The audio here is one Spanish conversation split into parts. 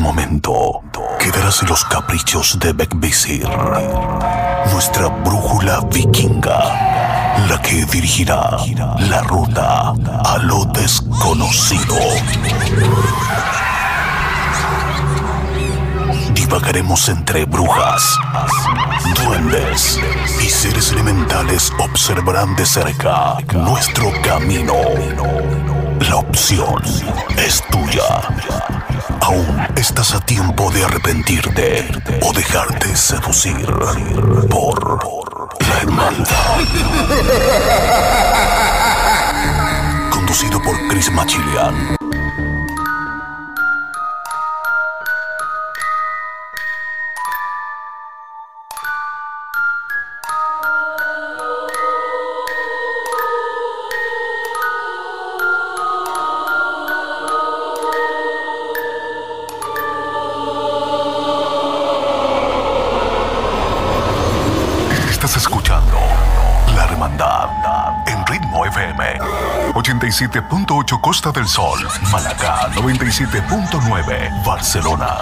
momento quedarás en los caprichos de Bekvisir, nuestra brújula vikinga, la que dirigirá la ruta a lo desconocido. Divagaremos entre brujas, duendes y seres elementales. Observarán de cerca nuestro camino. La opción es tuya. Aún estás a tiempo de arrepentirte o dejarte seducir por la hermandad. Conducido por Chris Machilian. Estás escuchando La Hermandad en Ritmo FM 87.8 Costa del Sol, Málaga 97.9 Barcelona.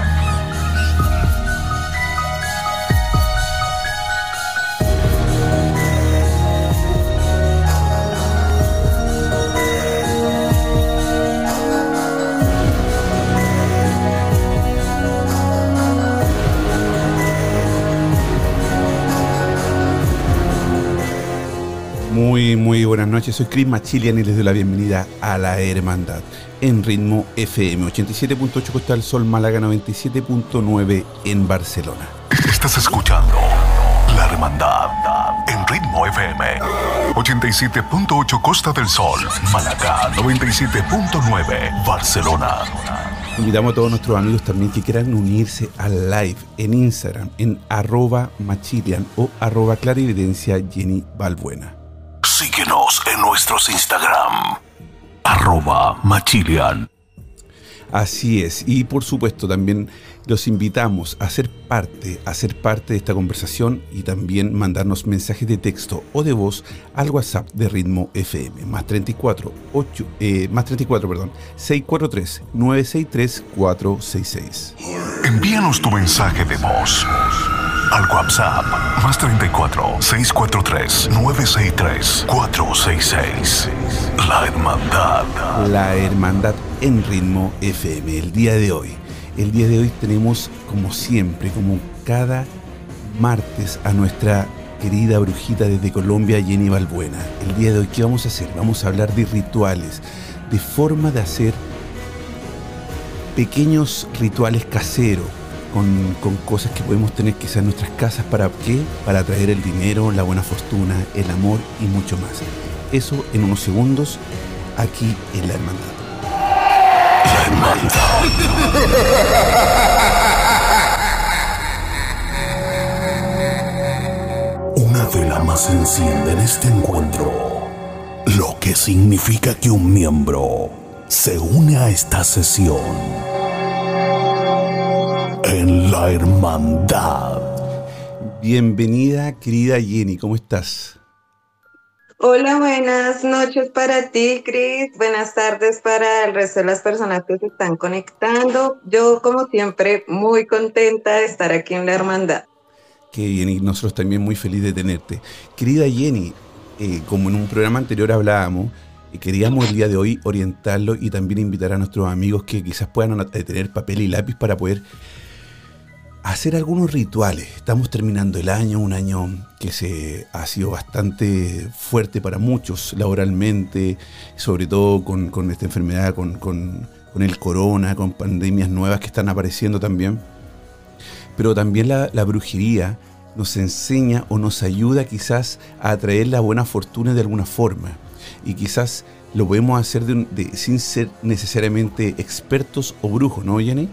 Muy buenas noches, soy Chris Machilian y les doy la bienvenida a La Hermandad en Ritmo FM 87.8 Costa del Sol, Málaga 97.9 en Barcelona. Estás escuchando La Hermandad en Ritmo FM 87.8 Costa del Sol, Málaga 97.9 Barcelona. Invitamos a todos nuestros amigos también que quieran unirse al live en Instagram en @Machilian o @Clarividencia Jenny Balbuena. Síguenos en nuestros Instagram, @Machilian. Así es, y por supuesto también los invitamos a ser parte de esta conversación y también mandarnos mensajes de texto o de voz al WhatsApp de Ritmo FM, más 34 643 963 466. Envíanos tu mensaje de voz al WhatsApp, más 34 643 963 466. La Hermandad. La Hermandad en Ritmo FM. El día de hoy tenemos, como siempre, como cada martes, a nuestra querida brujita desde Colombia, Jenny Balbuena. El día de hoy, ¿qué vamos a hacer? Vamos a hablar de rituales, de forma de hacer pequeños rituales caseros, con cosas que podemos tener quizás en nuestras casas. ¿Para qué? Para atraer el dinero, la buena fortuna, el amor y mucho más. Eso en unos segundos, aquí en La Hermandad. La Hermandad. Una vela más se enciende en este encuentro, lo que significa que un miembro se une a esta sesión en La Hermandad. Bienvenida, querida Jenny, ¿cómo estás? Hola, buenas noches para ti, Chris. Buenas tardes para el resto de las personas que se están conectando. Yo, como siempre, muy contenta de estar aquí en La Hermandad. Qué bien, y nosotros también muy felices de tenerte. Querida Jenny, como en un programa anterior hablábamos, queríamos el día de hoy orientarlo y también invitar a nuestros amigos que quizás puedan tener papel y lápiz para poder hacer algunos rituales. Estamos terminando el año, un año que ha sido bastante fuerte para muchos laboralmente, sobre todo con esta enfermedad, con el corona, con pandemias nuevas que están apareciendo también. Pero también la brujería nos enseña o nos ayuda quizás a atraer la buena fortuna de alguna forma. Y quizás lo podemos hacer sin ser necesariamente expertos o brujos, ¿no, Jenny?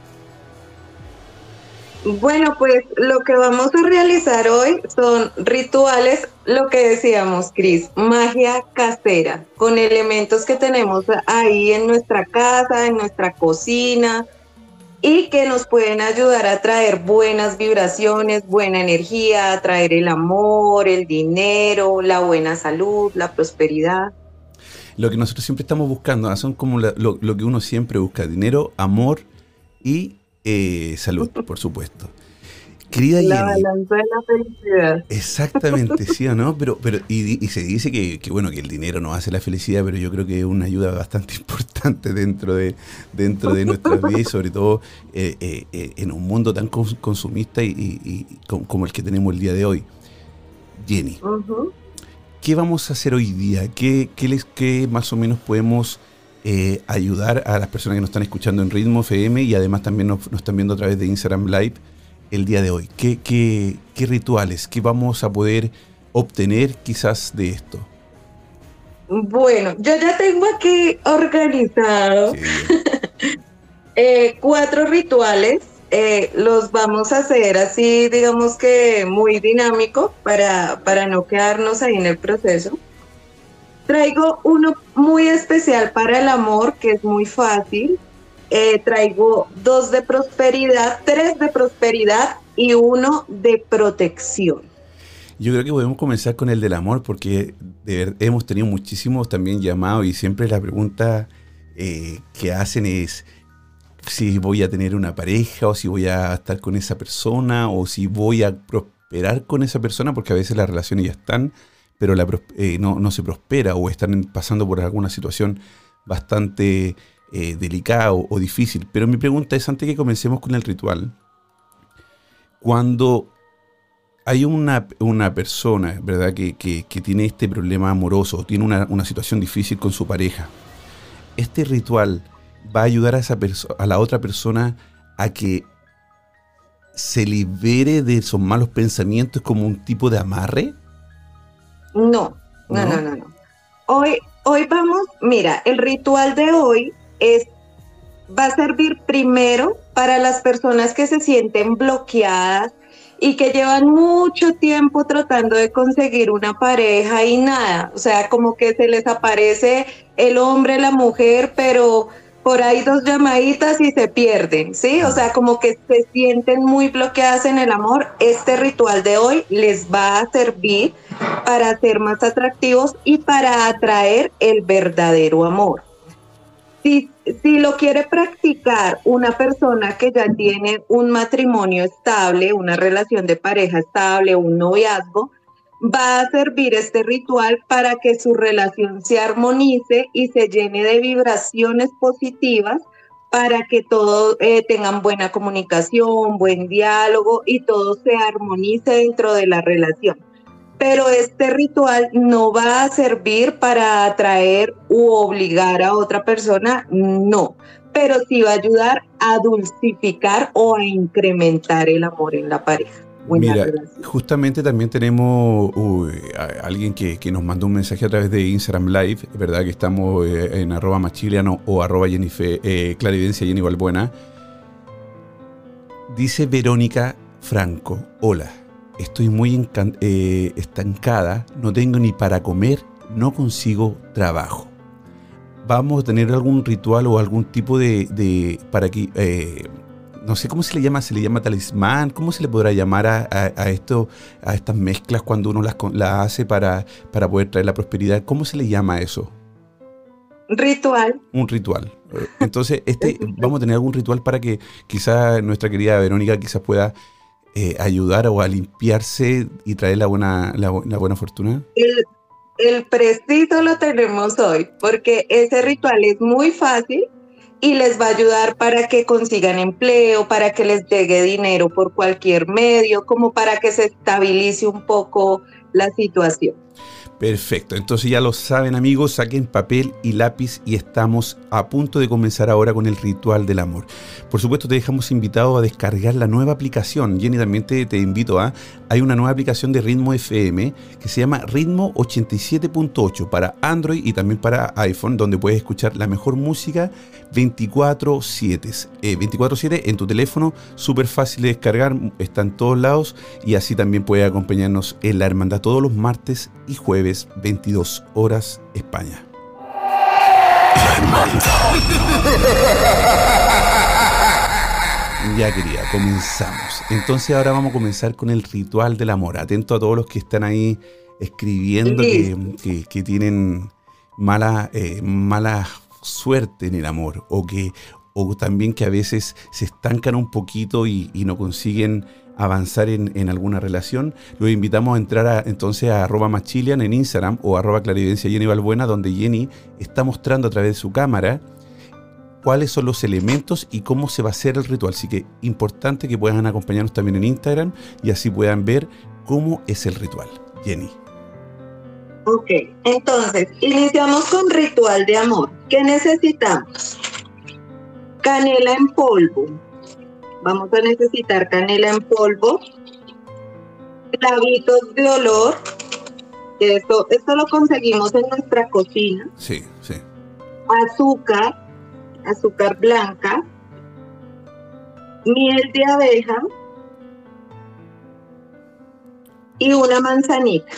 Bueno, pues lo que vamos a realizar hoy son rituales, lo que decíamos, Chris, magia casera, con elementos que tenemos ahí en nuestra casa, en nuestra cocina, y que nos pueden ayudar a traer buenas vibraciones, buena energía, a traer el amor, el dinero, la buena salud, la prosperidad. Lo que nosotros siempre estamos buscando, son como lo que uno siempre busca: dinero, amor y salud, por supuesto. Querida La Jenny. balanza de la felicidad. Exactamente, sí o no, pero y se dice que bueno, que el dinero no hace la felicidad, pero yo creo que es una ayuda bastante importante dentro de nuestras vidas y sobre todo en un mundo tan consumista como el que tenemos el día de hoy. Jenny, Ujú. ¿qué vamos a hacer hoy día? ¿Qué más o menos podemos ayudar a las personas que nos están escuchando en Ritmo FM y además también nos están viendo a través de Instagram Live el día de hoy? ¿Qué rituales, qué vamos a poder obtener quizás de esto? Bueno, yo ya tengo aquí organizado Sí, bien. 4 rituales. Los vamos a hacer así, digamos que muy dinámico para no quedarnos ahí en el proceso. Traigo uno muy especial para el amor, que es muy fácil. Traigo 2 de prosperidad, 3 de prosperidad y uno de protección. Yo creo que podemos comenzar con el del amor porque hemos tenido muchísimos también llamados y siempre la pregunta que hacen es si voy a tener una pareja o si voy a estar con esa persona o si voy a prosperar con esa persona, porque a veces las relaciones ya están, pero no se prospera o están pasando por alguna situación bastante delicada o difícil. Pero mi pregunta es, antes que comencemos con el ritual, cuando hay una persona, ¿verdad?, que tiene este problema amoroso, tiene una situación difícil con su pareja, este ritual va a ayudar a la otra persona a que se libere de esos malos pensamientos como un tipo de amarre, No, no, no, ¿no? no, no. Hoy vamos, mira, el ritual de hoy va a servir primero para las personas que se sienten bloqueadas y que llevan mucho tiempo tratando de conseguir una pareja y nada, o sea, como que se les aparece el hombre, la mujer, pero por ahí 2 llamaditas y se pierden, ¿sí? O sea, como que se sienten muy bloqueadas en el amor. Este ritual de hoy les va a servir para ser más atractivos y para atraer el verdadero amor. Si lo quiere practicar una persona que ya tiene un matrimonio estable, una relación de pareja estable, un noviazgo, va a servir este ritual para que su relación se armonice y se llene de vibraciones positivas para que todos tengan buena comunicación, buen diálogo y todo se armonice dentro de la relación. Pero este ritual no va a servir para atraer u obligar a otra persona, no, pero sí va a ayudar a dulcificar o a incrementar el amor en la pareja o en la Mira, relación. justamente también tenemos alguien que nos mandó un mensaje a través de Instagram Live, ¿verdad? Que estamos en @machiliano o @claridencia Jenny Balbuena. Dice Verónica Franco: hola, estoy muy estancada, no tengo ni para comer, no consigo trabajo. ¿Vamos a tener algún ritual o algún tipo para que no sé cómo se le llama talismán? ¿Cómo se le podrá llamar a estas mezclas cuando uno las hace para poder traer la prosperidad? ¿Cómo se le llama a eso? Ritual. Un ritual. Entonces, vamos a tener algún ritual para que quizá nuestra querida Verónica quizás pueda ayudar o a limpiarse y traer la buena fortuna. El preciso lo tenemos hoy, porque ese ritual es muy fácil y les va a ayudar para que consigan empleo, para que les llegue dinero por cualquier medio, como para que se estabilice un poco la situación. Perfecto, entonces ya lo saben, amigos, saquen papel y lápiz y estamos a punto de comenzar ahora con el ritual del amor. Por supuesto, te dejamos invitado a descargar la nueva aplicación. Jenny, también te invito hay una nueva aplicación de Ritmo FM que se llama Ritmo 87.8 para Android y también para iPhone, donde puedes escuchar la mejor música 24/7 en tu teléfono, súper fácil de descargar, está en todos lados y así también puedes acompañarnos en la hermandad todos los martes y jueves 22 horas España. La hermandad. Ya, querida, comenzamos. Entonces ahora vamos a comenzar con el ritual del amor. Atento a todos los que están ahí escribiendo que tienen mala suerte en el amor o o también que a veces se estancan un poquito y no consiguen avanzar en alguna relación, los invitamos a entrar entonces a @machilian en Instagram o @clarividencia Jenny Balbuena, donde Jenny está mostrando a través de su cámara cuáles son los elementos y cómo se va a hacer el ritual. Así que importante que puedan acompañarnos también en Instagram y así puedan ver cómo es el ritual. Jenny. Ok, entonces, iniciamos con ritual de amor. ¿Qué necesitamos? Canela en polvo. Vamos a necesitar canela en polvo, clavitos de olor, que esto lo conseguimos en nuestra cocina. Sí, sí. Azúcar blanca, miel de abeja y una manzanita.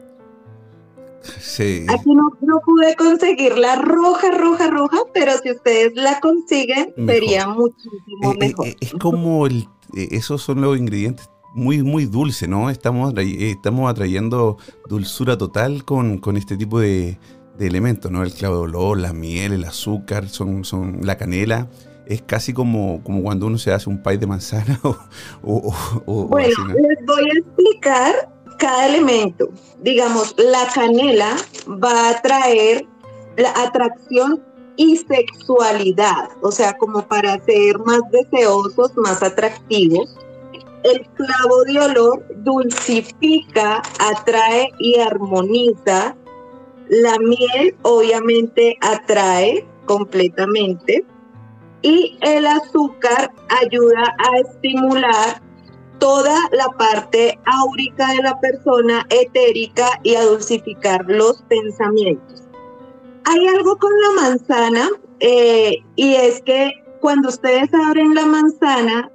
Sí. Aquí no pude conseguir la roja, pero si ustedes la consiguen, Mejor. Sería muchísimo mejor. Es como esos son los ingredientes muy, muy dulces, ¿no? Estamos atrayendo dulzura total con este tipo de elementos, ¿no? El clavo de olor, la miel, el azúcar, son la canela. Es casi como cuando uno se hace un pie de manzana Bueno, así, ¿no? les voy a explicar cada elemento. Digamos, la canela va a traer la atracción y sexualidad, o sea, como para ser más deseosos, más atractivos. El clavo de olor dulcifica, atrae y armoniza. La miel obviamente atrae completamente. Y el azúcar ayuda a estimular toda la parte áurica de la persona, etérica, y a dulcificar los pensamientos. Hay algo con la manzana, y es que cuando ustedes abren la manzana,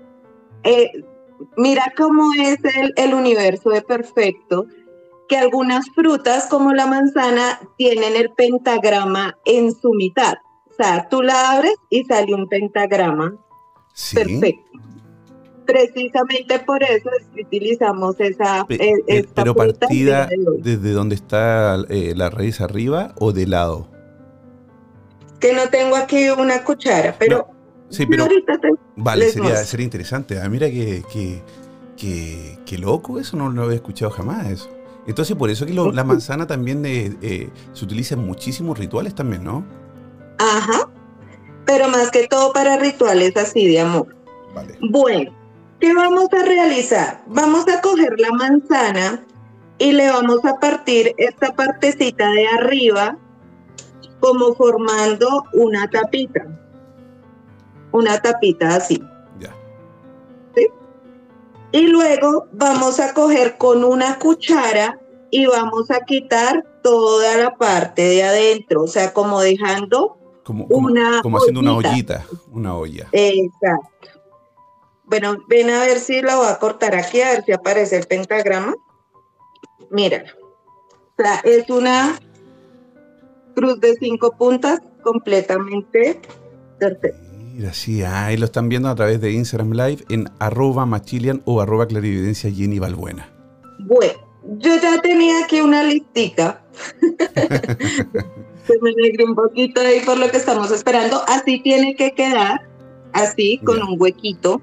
mira cómo es el universo de perfecto, que algunas frutas como la manzana tienen el pentagrama en su mitad. O sea, tú la abres y sale un pentagrama. Sí. Perfecto. Precisamente por eso es que utilizamos esta pero fruta partida de hoy. desde donde está la raíz arriba o de lado. Que no tengo aquí una cuchara, pero, No, sí, pero ahorita vale, les muestro. sería interesante. Ah, mira que loco, eso no lo había escuchado jamás eso. Entonces por eso que la manzana también se utiliza en muchísimos rituales también, ¿no? Ajá, pero más que todo para rituales así de amor. Vale. Bueno, ¿qué vamos a realizar? Vamos a coger la manzana y le vamos a partir esta partecita de arriba como formando una tapita así. Ya. ¿Sí? Y luego vamos a coger con una cuchara y vamos a quitar toda la parte de adentro, o sea, como dejando Como una haciendo una ollita. ollita, una olla. Exacto. Bueno, ven a ver si la voy a cortar aquí, a ver si aparece el pentagrama. Mírala. O sea, es una cruz de 5 puntas completamente perfecta. Mira, sí, ahí lo están viendo a través de Instagram Live en @machilian o @clarividencia Jenny Balbuena. Bueno, yo ya tenía aquí una listica. Se me negró un poquito ahí por lo que estamos esperando. Así tiene que quedar, así, con un huequito.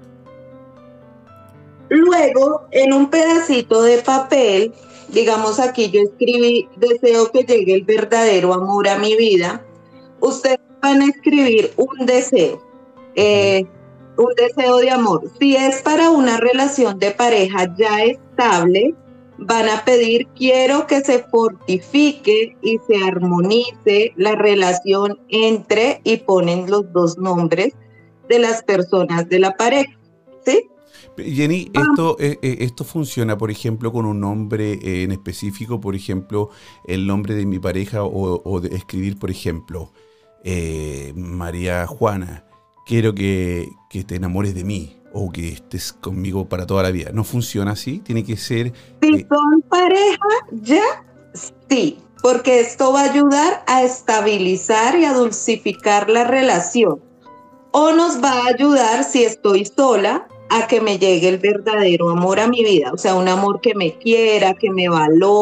Luego, en un pedacito de papel, digamos aquí yo escribí, deseo que llegue el verdadero amor a mi vida. Ustedes van a escribir un deseo de amor. Si es para una relación de pareja ya estable, van a pedir, quiero que se fortifique y se armonice la relación entre, y ponen los dos nombres de las personas de la pareja, ¿sí? Jenny, esto funciona, por ejemplo, con un nombre en específico, por ejemplo, el nombre de mi pareja o de escribir, por ejemplo, María Juana, quiero que te enamores de mí o que estés conmigo para toda la vida. ¿No funciona así? Tiene que ser... Si son pareja, ya sí, porque esto va a ayudar a estabilizar y a dulcificar la relación. O nos va a ayudar, si estoy sola, a que me llegue el verdadero amor a mi vida. O sea, un amor que me quiera, que me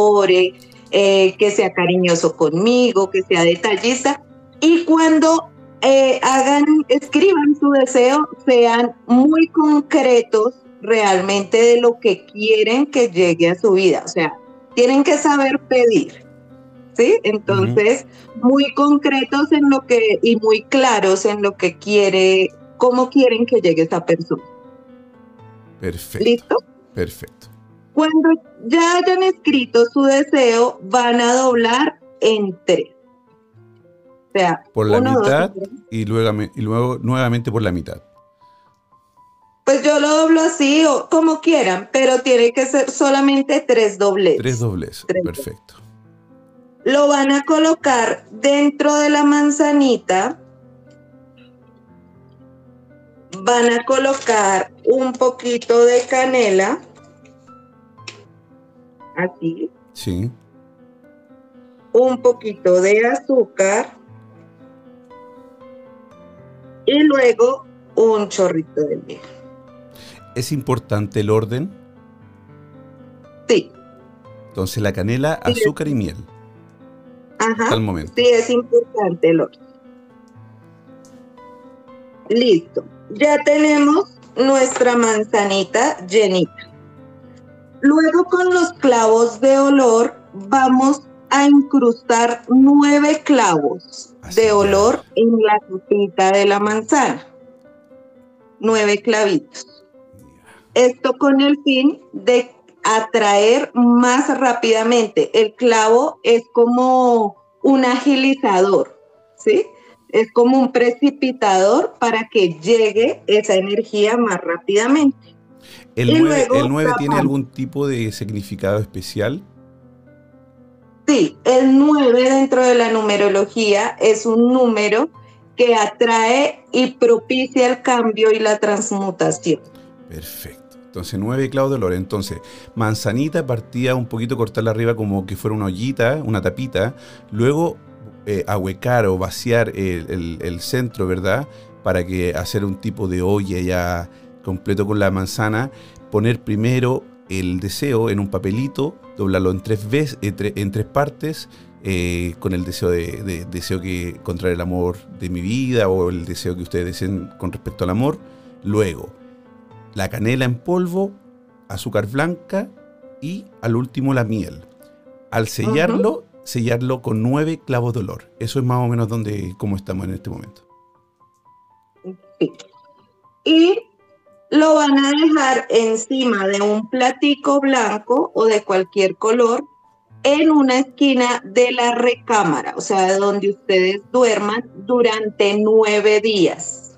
valore, que sea cariñoso conmigo, que sea detallista. Y cuando escriban su deseo, sean muy concretos realmente de lo que quieren que llegue a su vida. O sea, tienen que saber pedir, ¿sí? Entonces, muy concretos en lo que, y muy claros en lo que quiere, cómo quieren que llegue esa persona. Perfecto. ¿Listo? Perfecto. Cuando ya hayan escrito su deseo, van a doblar en 3. O sea, Por la 1, 2 mitad y 3. y luego nuevamente por la mitad. Pues yo lo doblo así o como quieran, pero tiene que ser solamente 3 dobleces. 3 dobleces. 3. Perfecto. Lo van a colocar dentro de la manzanita. Van a colocar un poquito de canela. Aquí. Sí. Un poquito de azúcar. Y luego un chorrito de miel. ¿Es importante el orden? Sí. Entonces la canela, azúcar y miel. Ajá. Hasta el momento. Sí, es importante el orden. Listo. Ya tenemos nuestra manzanita llenita. Luego con los clavos de olor vamos a incrustar 9 clavos de olor en la tapita de la manzana. 9 clavitos. Esto con el fin de atraer más rápidamente. El clavo es como un agilizador, ¿sí? Es como un precipitador para que llegue esa energía más rápidamente. ¿El 9 tiene algún tipo de significado especial? Sí, el 9 dentro de la numerología es un número que atrae y propicia el cambio y la transmutación. Perfecto. Entonces 9 clavos de olor. Entonces, manzanita partía un poquito, cortarla arriba como que fuera una ollita, una tapita. Luego ahuecar o vaciar el centro, ¿verdad? Para que hacer un tipo de olla ya completo con la manzana. Poner primero el deseo en un papelito, doblarlo en 3 veces, en 3 partes, con el deseo que contra el amor de mi vida o el deseo que ustedes deseen con respecto al amor. Luego, la canela en polvo, azúcar blanca y al último la miel. Al sellarlo, sellarlo con 9 clavos de olor. Eso es más o menos cómo estamos en este momento. Sí. Y lo van a dejar encima de un platico blanco o de cualquier color en una esquina de la recámara, o sea, donde ustedes duerman durante 9 días.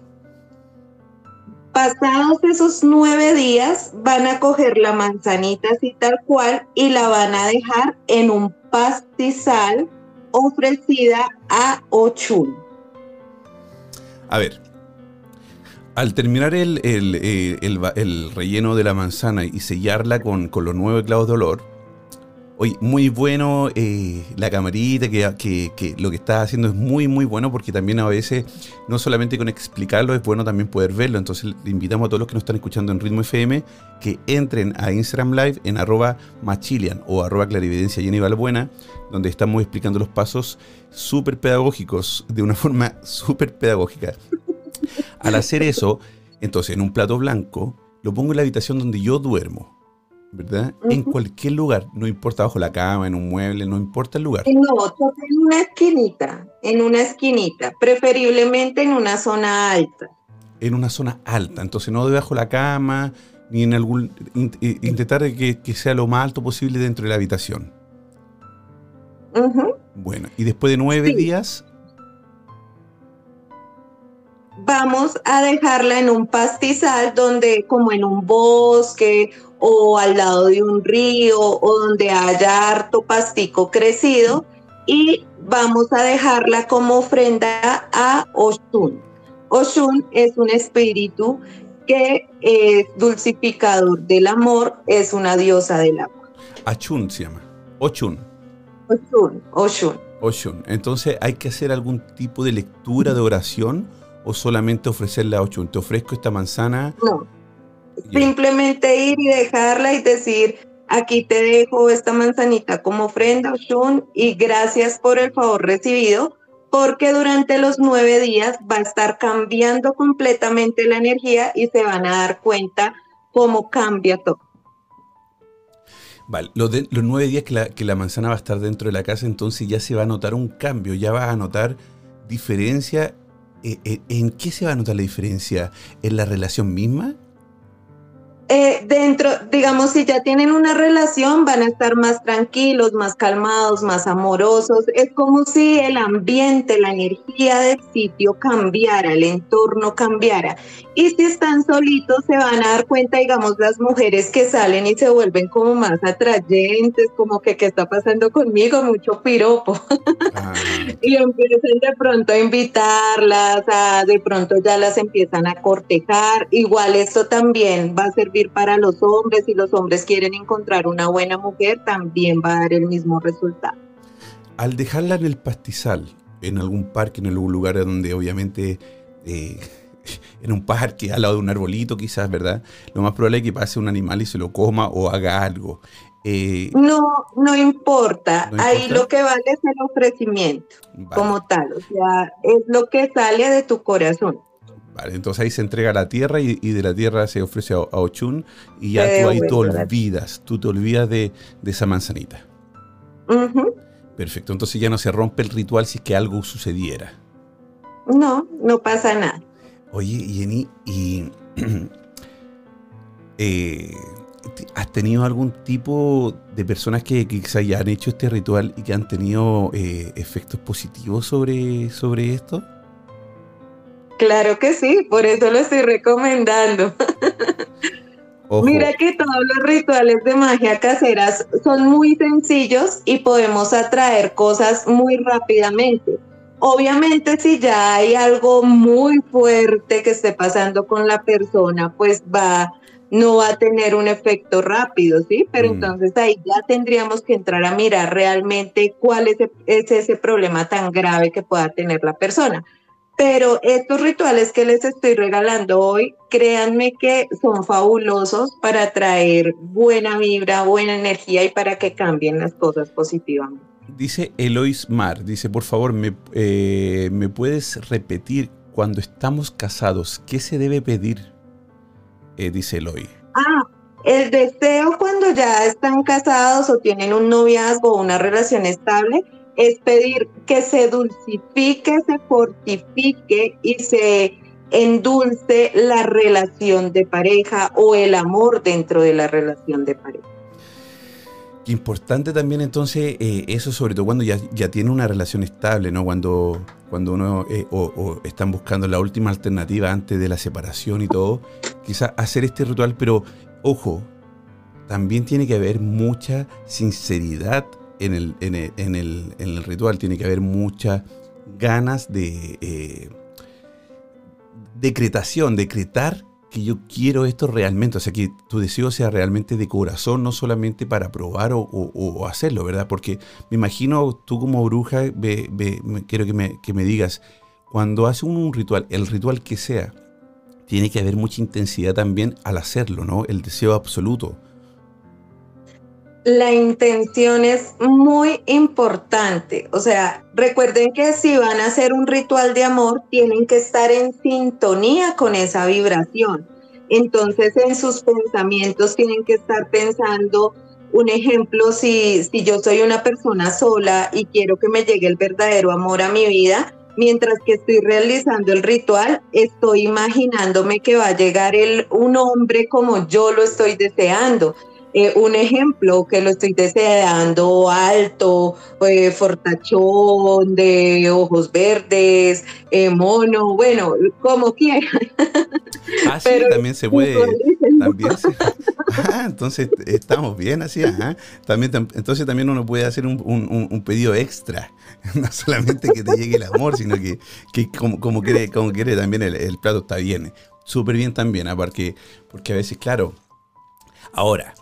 Pasados esos 9 días, van a coger la manzanita así tal cual y la van a dejar en un pastizal ofrecida a Ochun. A ver, al terminar el relleno de la manzana y sellarla con los 9 clavos de olor, oye, muy bueno la camarita, que lo que estás haciendo es muy, muy bueno, porque también a veces, no solamente con explicarlo, es bueno también poder verlo. Entonces le invitamos a todos los que nos están escuchando en Ritmo FM que entren a Instagram Live en @machilian o @clarividencia Jenny Balbuena, donde estamos explicando los pasos súper pedagógicos, de una forma súper pedagógica. Al hacer eso, entonces en un plato blanco, lo pongo en la habitación donde yo duermo, ¿verdad? En cualquier lugar, no importa, bajo la cama, en un mueble, no importa el lugar. No, en una esquinita, preferiblemente en una zona alta. En una zona alta, entonces no debajo la cama, ni en algún... intentar que sea lo más alto posible dentro de la habitación. Bueno, y después de 9 días... Vamos a dejarla en un pastizal donde, como en un bosque o al lado de un río o donde haya harto pastico crecido, y vamos a dejarla como ofrenda a Oshun. Oshun es un espíritu que es dulcificador del amor, es una diosa del agua. Achun se llama. Ochun. Oshun. Entonces, ¿hay que hacer algún tipo de lectura de oración o solamente ofrecerle a Ochun? Te ofrezco esta manzana. No. Simplemente ir y dejarla y decir: aquí te dejo esta manzanita como ofrenda, Oshun, y gracias por el favor recibido, porque durante los 9 días va a estar cambiando completamente la energía y se van a dar cuenta cómo cambia todo. Vale, los 9 días que la manzana va a estar dentro de la casa, entonces ya se va a notar un cambio, ya vas a notar diferencia. ¿En qué se va a notar la diferencia? ¿En la relación misma? Dentro, digamos, si ya tienen una relación, van a estar más tranquilos, más calmados, más amorosos. Es como si el ambiente, la energía del sitio cambiara, el entorno cambiara. Y si están solitos, se van a dar cuenta, digamos, las mujeres que salen y se vuelven como más atrayentes, como que ¿qué está pasando conmigo? Mucho piropo. Ah, Y empiezan de pronto a invitarlas, de pronto ya las empiezan a cortejar. Igual esto también va a servir para los hombres. Si los hombres quieren encontrar una buena mujer, también va a dar el mismo resultado. al dejarla en el pastizal, en algún parque, en algún lugar donde obviamente... en un parque, al lado de un arbolito quizás, ¿verdad? Lo más probable es que pase un animal y se lo coma o haga algo. No importa. ¿No Ahí importa? lo que vale es el ofrecimiento Vale, como tal. O sea, es lo que sale de tu corazón. vale, entonces ahí se entrega a la tierra y de la tierra se ofrece a Ochun y ya Se tú ahí te devuelve la- olvidas de esa manzanita. Ujú. Perfecto, entonces ya no se rompe el ritual si es que algo sucediera. No pasa nada. Oye, Jenny, eh, ¿has tenido algún tipo de personas que quizás ya han hecho este ritual y que han tenido efectos positivos sobre esto? Claro que sí, por eso lo estoy recomendando. Ojo, Mira que todos los rituales de magia caseras son muy sencillos y podemos atraer cosas muy rápidamente. Obviamente, si ya hay algo muy fuerte que esté pasando con la persona, pues no va a tener un efecto rápido, ¿sí? Pero entonces ahí ya tendríamos que entrar a mirar realmente cuál es ese problema tan grave que pueda tener la persona. Pero estos rituales que les estoy regalando hoy, créanme que son fabulosos para traer buena vibra, buena energía y para que cambien las cosas positivamente. dice Elois Mar, dice, por favor, ¿me puedes repetir cuando estamos casados, qué se debe pedir? Dice Eloy. El deseo cuando ya están casados o tienen un noviazgo o una relación estable es pedir que se dulcifique, se fortifique y se endulce la relación de pareja o el amor dentro de la relación de pareja. Qué importante también entonces eso, sobre todo cuando ya tiene una relación estable, ¿no? Cuando uno o están buscando la última alternativa antes de la separación y todo, quizás hacer este ritual, pero ojo, también tiene que haber mucha sinceridad en el ritual, tiene que haber muchas ganas de decretar que yo quiero esto realmente, o sea, que tu deseo sea realmente de corazón, no solamente para probar o hacerlo, ¿verdad? Porque me imagino tú como bruja, quiero que me digas, cuando hace uno un ritual, el ritual que sea, tiene que haber mucha intensidad también al hacerlo, ¿no? El deseo absoluto. La intención es muy importante. O sea, recuerden que si van a hacer un ritual de amor, tienen que estar en sintonía con esa vibración. Entonces, en sus pensamientos tienen que estar pensando, un ejemplo, si yo soy una persona sola y quiero que me llegue el verdadero amor a mi vida, mientras que estoy realizando el ritual, estoy imaginándome que va a llegar un hombre como yo lo estoy deseando. Un ejemplo que lo estoy deseando alto, fortachón, de ojos verdes, mono, bueno, como quieran. Ah, sí, Pero también se puede. visualícenlo. También se, entonces estamos bien así, ajá. Entonces también uno puede hacer un pedido extra. No solamente que te llegue el amor, sino que como quiere también el plato está bien. Súper bien también, porque a veces, claro, ahora,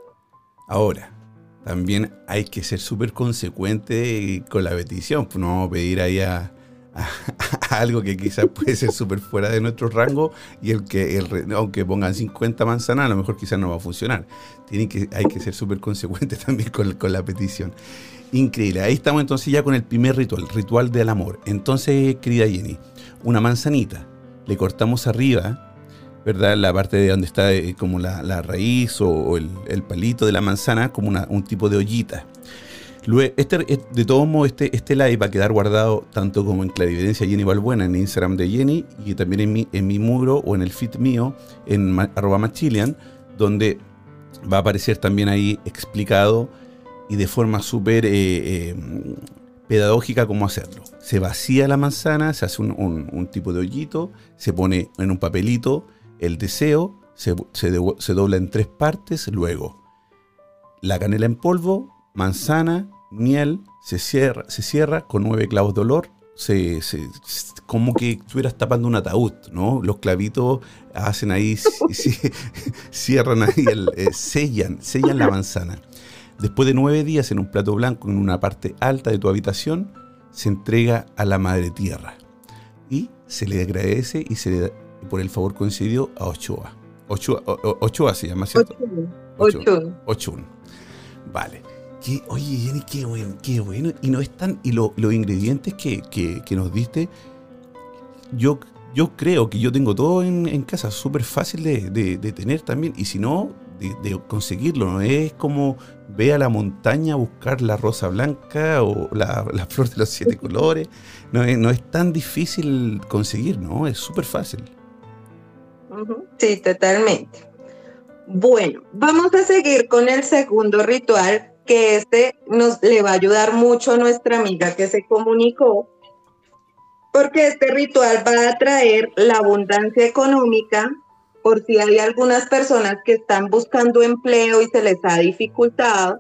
también hay que ser súper consecuente con la petición. Pues no vamos a pedir ahí a algo que quizás puede ser súper fuera de nuestro rango y aunque pongan 50 manzanas, a lo mejor quizás no va a funcionar. Hay que ser súper consecuentes también con la petición. Increíble. Ahí estamos entonces ya con el primer ritual, ritual del amor. Entonces, querida Jenny, una manzanita, le cortamos arriba, ¿verdad? La parte de donde está como la raíz o el palito de la manzana, como un tipo de ollita. Luego, de todos modos, este live va a quedar guardado tanto como en Clarividencia Jenny Balbuena, en Instagram de Jenny, y también en mi muro o en el feed mío, en @machilian, donde va a aparecer también ahí explicado y de forma súper pedagógica cómo hacerlo. Se vacía la manzana, se hace un tipo de hoyito, se pone en un papelito el deseo, se dobla en 3 partes, luego la canela en polvo, manzana, miel, se cierra con 9 clavos de olor, como que estuvieras tapando un ataúd, ¿no? Los clavitos hacen ahí, cierran ahí, sellan la manzana. Después de 9 días en un plato blanco en una parte alta de tu habitación, se entrega a la Madre Tierra y se le agradece y se le da por el favor concedido a Ochoa. Ochoa se llama, ¿cierto? Ochun. Vale. Oye, Jenny, qué bueno. Y no están, y los ingredientes que nos diste, yo creo que yo tengo todo en casa, súper fácil de tener también. Y si no, de conseguirlo, no es como ve a la montaña a buscar la rosa blanca o la flor de los 7 colores. No es tan difícil conseguir, ¿no? Es súper fácil. Sí, totalmente. Bueno, vamos a seguir con el segundo ritual, que le va a ayudar mucho a nuestra amiga que se comunicó, porque este ritual va a traer la abundancia económica, por si hay algunas personas que están buscando empleo y se les ha dificultado.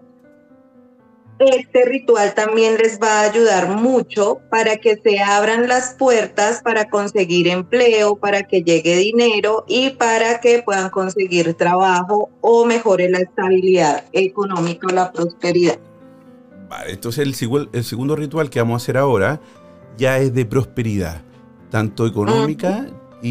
Este ritual también les va a ayudar mucho para que se abran las puertas para conseguir empleo, para que llegue dinero y para que puedan conseguir trabajo o mejore la estabilidad económica o la prosperidad. Vale, entonces el segundo ritual que vamos a hacer ahora ya es de prosperidad, tanto económica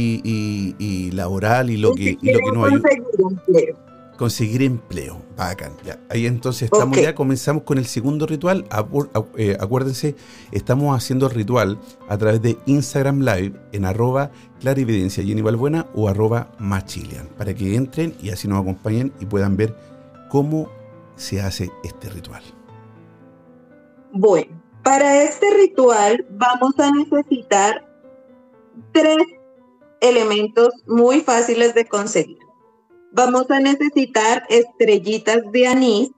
y laboral y lo que nos ayuda. Conseguir empleo, bacán. Ya. Ahí entonces estamos ya, comenzamos con el segundo ritual. Acuérdense, estamos haciendo el ritual a través de Instagram Live en @clarividencia Jenny Balbuena o @machilian, para que entren y así nos acompañen y puedan ver cómo se hace este ritual. Bueno, para este ritual vamos a necesitar 3 elementos muy fáciles de conseguir. Vamos a necesitar estrellitas de anís,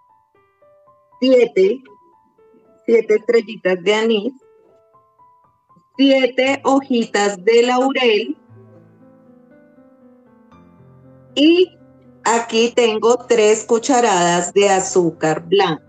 7 estrellitas de anís, 7 hojitas de laurel y aquí tengo 3 cucharadas de azúcar blanca.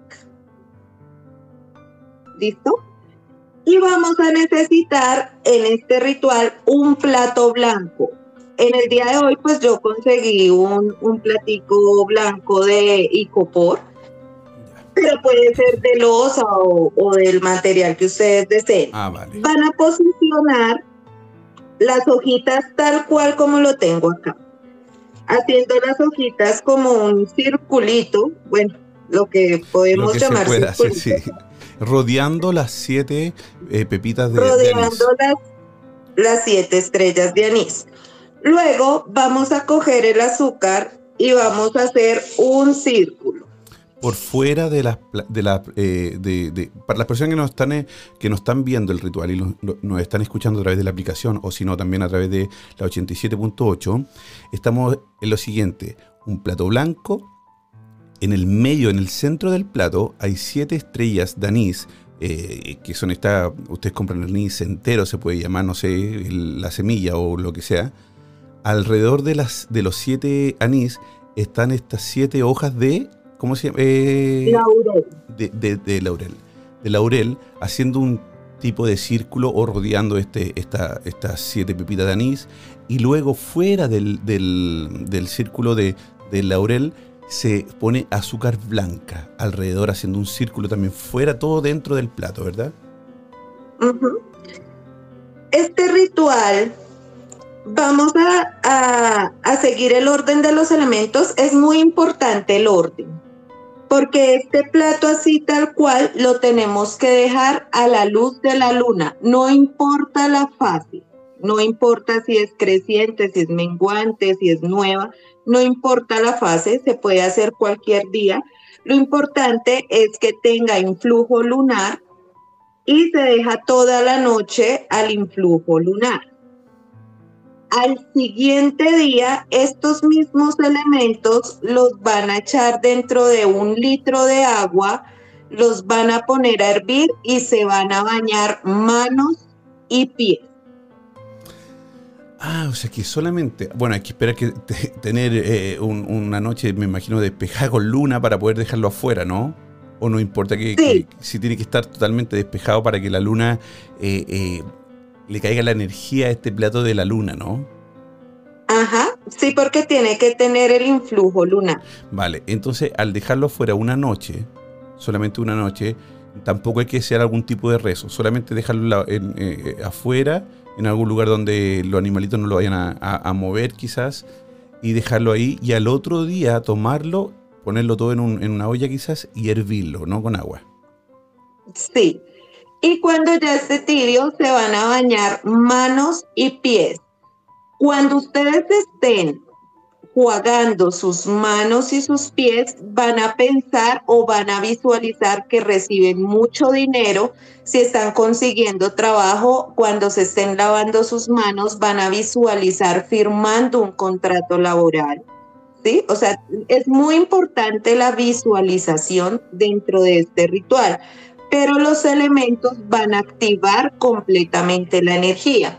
¿Listo? Y vamos a necesitar en este ritual un plato blanco. En el día de hoy, pues yo conseguí un platico blanco de icopor, pero puede ser de loza o del material que ustedes deseen. Vale. Van a posicionar las hojitas tal cual como lo tengo acá, haciendo las hojitas como un circulito, bueno, lo que podemos llamar circulito. Hacer, sí. Rodeando las 7 pepitas de anís. Rodeando las 7 estrellas de anís. Luego vamos a coger el azúcar y vamos a hacer un círculo. Por fuera para las personas que nos están viendo el ritual y nos están escuchando a través de la aplicación, o si no también a través de la 87.8, estamos en lo siguiente: un plato blanco, en el medio, en el centro del plato, hay 7 estrellas de anís, que son ustedes compran el anís entero, se puede llamar, no sé, la semilla o lo que sea. Alrededor de los 7 anís están estas 7 hojas de, ¿cómo se llama? Laurel. De laurel. De laurel, haciendo un tipo de círculo o rodeando estas 7 pepitas de anís. Y luego fuera del círculo de laurel se pone azúcar blanca alrededor, haciendo un círculo también fuera, todo dentro del plato, ¿verdad? Este ritual, vamos a seguir el orden de los elementos. Es muy importante el orden. porque este plato así tal cual lo tenemos que dejar a la luz de la luna, no importa la fase, no importa si es creciente, si es menguante, si es nueva, no importa la fase, se puede hacer cualquier día. Lo importante es que tenga influjo lunar y se deja toda la noche al influjo lunar. Al siguiente día, estos mismos elementos los van a echar dentro de 1 litro de agua, los van a poner a hervir y se van a bañar manos y pies. O sea que solamente, bueno, hay que esperar que tener una noche, me imagino, despejada con luna para poder dejarlo afuera, ¿no? O no importa que si tiene que estar totalmente despejado para que la luna le caiga la energía a este plato de la luna, ¿no? Ajá, sí, porque tiene que tener el influjo lunar. Vale, entonces al dejarlo afuera una noche, solamente una noche, tampoco hay que hacer algún tipo de rezo, solamente dejarlo afuera, en algún lugar donde los animalitos no lo vayan a mover quizás, y dejarlo ahí, y al otro día tomarlo, ponerlo todo en una olla quizás y hervirlo, ¿no? Con agua. Sí, y cuando ya esté tibio se van a bañar manos y pies. Cuando ustedes estén jugando sus manos y sus pies, van a pensar o van a visualizar que reciben mucho dinero. Si están consiguiendo trabajo, cuando se estén lavando sus manos, van a visualizar firmando un contrato laboral. ¿Sí? O sea, es muy importante la visualización dentro de este ritual, pero los elementos van a activar completamente la energía.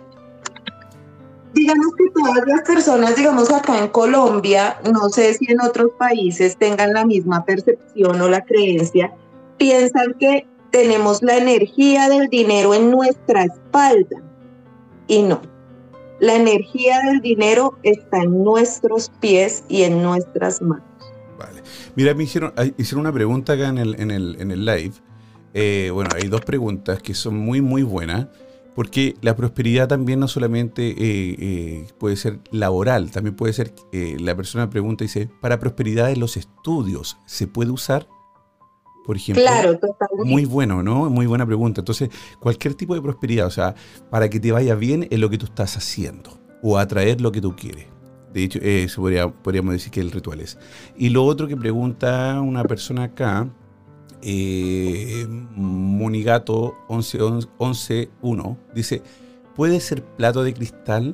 Digamos que todas las personas, digamos acá en Colombia, no sé si en otros países tengan la misma percepción o la creencia, piensan que tenemos la energía del dinero en nuestra espalda. Y no, la energía del dinero está en nuestros pies y en nuestras manos. Vale. Mira, me hicieron una pregunta acá en el live. Bueno, hay 2 preguntas que son muy, muy buenas. Porque la prosperidad también no solamente puede ser laboral, también puede ser, la persona pregunta y dice, para prosperidad en los estudios, ¿se puede usar? Por ejemplo. Claro, totalmente. Muy bueno, ¿no? Muy buena pregunta. Entonces, cualquier tipo de prosperidad, o sea, para que te vaya bien en lo que tú estás haciendo o atraer lo que tú quieres. De hecho, eso podríamos decir que el ritual es. Y lo otro que pregunta una persona acá, Monigato 11.1 dice, ¿puede ser plato de cristal?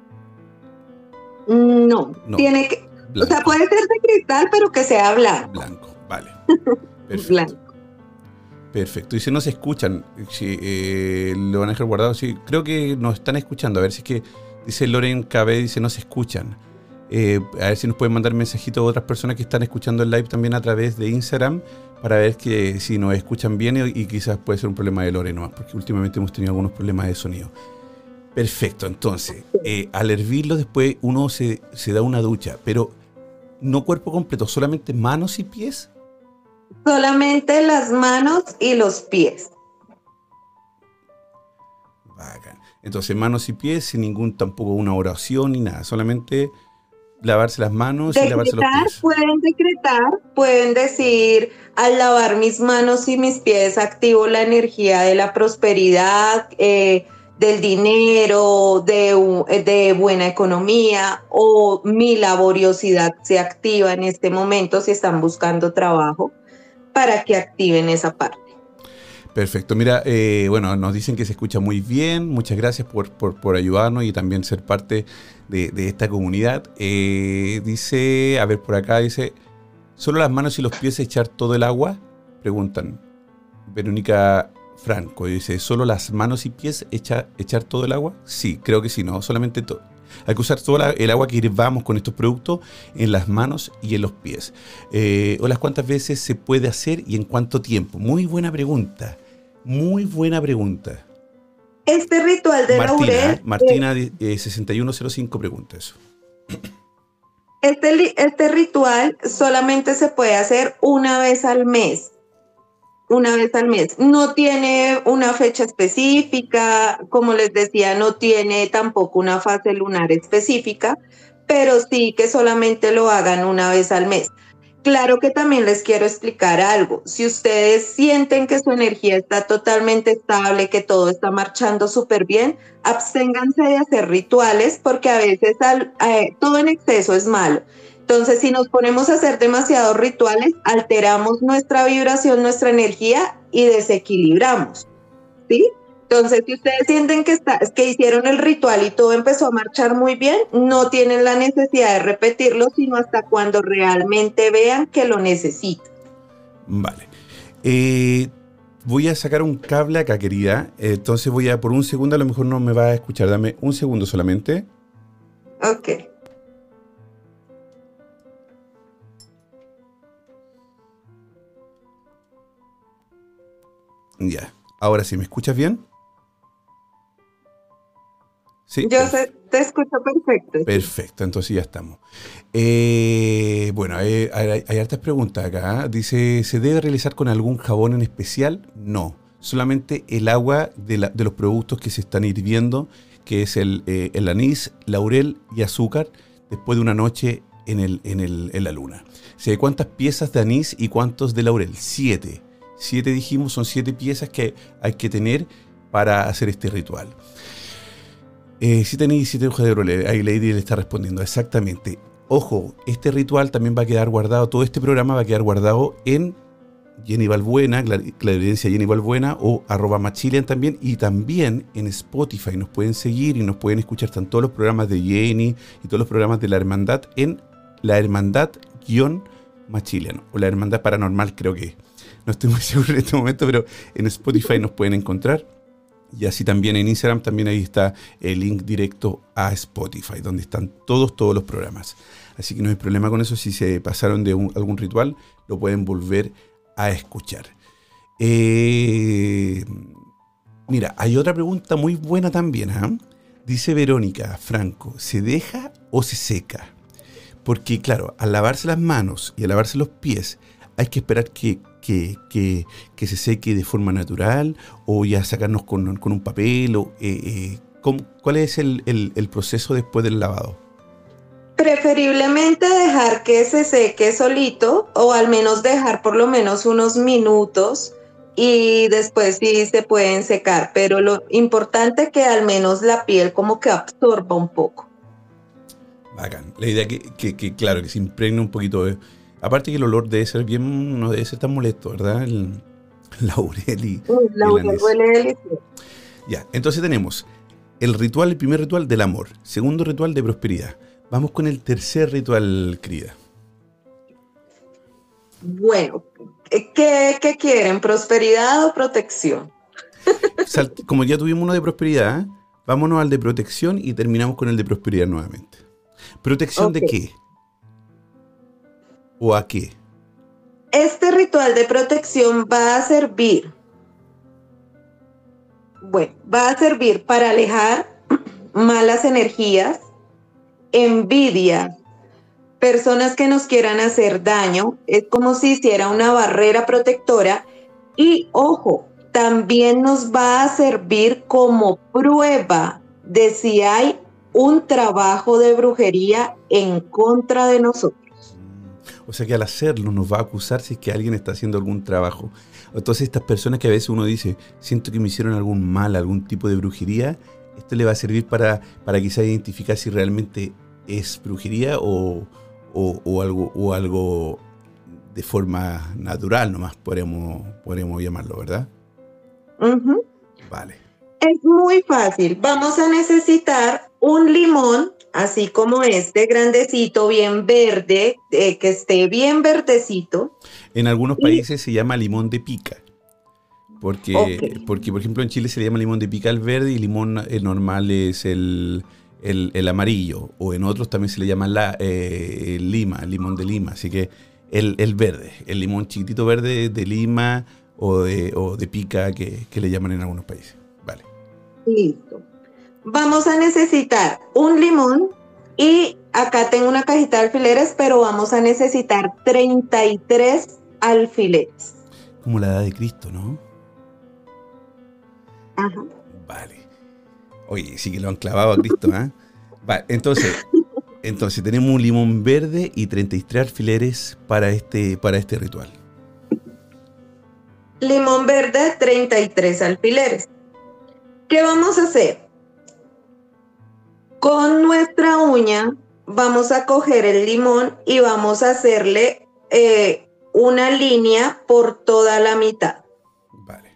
No, tiene que, blanco. O sea, puede ser de cristal, pero que sea blanco. Blanco, vale. Perfecto. Blanco. Perfecto. Y si no se escuchan, si lo van a dejar guardado, sí, creo que nos están escuchando. A ver si es que, dice Loren KB, dice, no se escuchan. A ver si nos pueden mandar mensajitos a otras personas que están escuchando el live también a través de Instagram para ver que si nos escuchan bien y quizás puede ser un problema de Lore nomás, porque últimamente hemos tenido algunos problemas de sonido. Perfecto, entonces, al hervirlo después uno se da una ducha, pero no cuerpo completo, solamente manos y pies. Solamente las manos y los pies. Bacán. Entonces, manos y pies sin ningún tampoco una oración ni nada, solamente lavarse las manos y lavarse los pies. Pueden decir, al lavar mis manos y mis pies activo la energía de la prosperidad, del dinero, de buena economía, o mi laboriosidad se activa en este momento si están buscando trabajo, para que activen esa parte. Perfecto. Mira, bueno, nos dicen que se escucha muy bien. Muchas gracias por ayudarnos y también ser parte de esta comunidad. Dice, a ver, por acá dice, ¿solo las manos y los pies echar todo el agua? Preguntan. Verónica Franco dice, ¿solo las manos y pies echar todo el agua? Sí, creo que sí, no, solamente todo. Hay que usar todo el agua que hirvamos con estos productos en las manos y en los pies. O las cuántas veces se puede hacer y en cuánto tiempo. Muy buena pregunta. Muy buena pregunta. Este ritual de laurel... Martina 6105 pregunta eso. Este ritual solamente se puede hacer una vez al mes. Una vez al mes. No tiene una fecha específica, como les decía, no tiene tampoco una fase lunar específica, pero sí que solamente lo hagan una vez al mes. Claro que también les quiero explicar algo. Si ustedes sienten que su energía está totalmente estable, que todo está marchando súper bien, absténganse de hacer rituales porque a veces todo en exceso es malo. Entonces, si nos ponemos a hacer demasiados rituales, alteramos nuestra vibración, nuestra energía y desequilibramos, ¿sí? Entonces, si ustedes sienten que hicieron el ritual y todo empezó a marchar muy bien, no tienen la necesidad de repetirlo, sino hasta cuando realmente vean que lo necesitan. Vale. Voy a sacar un cable acá, querida. Entonces por un segundo, a lo mejor no me va a escuchar. Dame un segundo solamente. Ok. Ya. Ahora sí, ¿me escuchas bien? Sí. Te escucho perfecto. Perfecto, entonces ya estamos. Bueno, hay hartas preguntas acá. Dice, ¿se debe realizar con algún jabón en especial? No, solamente el agua de los productos que se están hirviendo, que es el anís, laurel y azúcar, después de una noche en la luna. ¿Cuántas piezas de anís y cuántos de laurel? 7. 7 dijimos, son 7 piezas que hay que tener para hacer este ritual. Si tenéis 7 hojas de laurel, ahí Lady le está respondiendo, exactamente. Ojo, este ritual también va a quedar guardado, todo este programa va a quedar guardado en Jenny Balbuena, Clarividencia Jenny Balbuena o @Machilian también, y también en Spotify. Nos pueden seguir y nos pueden escuchar tanto todos los programas de Jenny y todos los programas de la Hermandad en la Hermandad-Machilian o la Hermandad Paranormal, creo que. No estoy muy seguro en este momento, pero en Spotify nos pueden encontrar. Y así también en Instagram, también ahí está el link directo a Spotify, donde están todos los programas. Así que no hay problema con eso. Si se pasaron de algún ritual, lo pueden volver a escuchar. Mira, hay otra pregunta muy buena también. Dice Verónica Franco, ¿se deja o se seca? Porque claro, al lavarse las manos y al lavarse los pies, hay que esperar que se seque de forma natural o ya sacarnos con un papel. ¿Cuál es el proceso después del lavado? Preferiblemente dejar que se seque solito o al menos dejar por lo menos unos minutos y después sí se pueden secar, pero lo importante es que al menos la piel como que absorba un poco. Bacán. La idea que claro, que se impregne un poquito. Aparte que el olor debe ser bien, no debe ser tan molesto, ¿verdad? El laurel y laurel huele delicioso. Ya, entonces tenemos el primer ritual del amor, segundo ritual de prosperidad. Vamos con el tercer ritual, querida. Bueno, ¿qué quieren? ¿Prosperidad o protección? Como ya tuvimos uno de prosperidad, vámonos al de protección y terminamos con el de prosperidad nuevamente. ¿Protección de qué? ¿O a qué? Este ritual de protección va a servir para alejar malas energías, envidia, personas que nos quieran hacer daño. Es como si hiciera una barrera protectora y, ojo, también nos va a servir como prueba de si hay un trabajo de brujería en contra de nosotros. O sea que al hacerlo nos va a acusar si es que alguien está haciendo algún trabajo. Entonces estas personas que a veces uno dice, siento que me hicieron algún mal, algún tipo de brujería, esto le va a servir para quizás identificar si realmente es brujería o algo de forma natural nomás, podríamos llamarlo, ¿verdad? Uh-huh. Vale. Es muy fácil. Vamos a necesitar un limón, así como este grandecito, bien verde, que esté bien verdecito. En algunos países se llama limón de pica. Porque, por ejemplo, en Chile se le llama limón de pica al verde y limón normal es el amarillo. O en otros también se le llama el limón de Lima. Así que el verde, el limón chiquitito verde de Lima o de pica que le llaman en algunos países. Vale. Listo. Vamos a necesitar un limón y acá tengo una cajita de alfileres, pero vamos a necesitar 33 alfileres. Como la edad de Cristo, ¿no? Ajá. Vale. Oye, sí que lo han clavado a Cristo, ¿eh? Vale, entonces, Entonces tenemos un limón verde y 33 alfileres para este ritual. Limón verde, 33 alfileres. ¿Qué vamos a hacer? Con nuestra uña vamos a coger el limón y vamos a hacerle una línea por toda la mitad. Vale.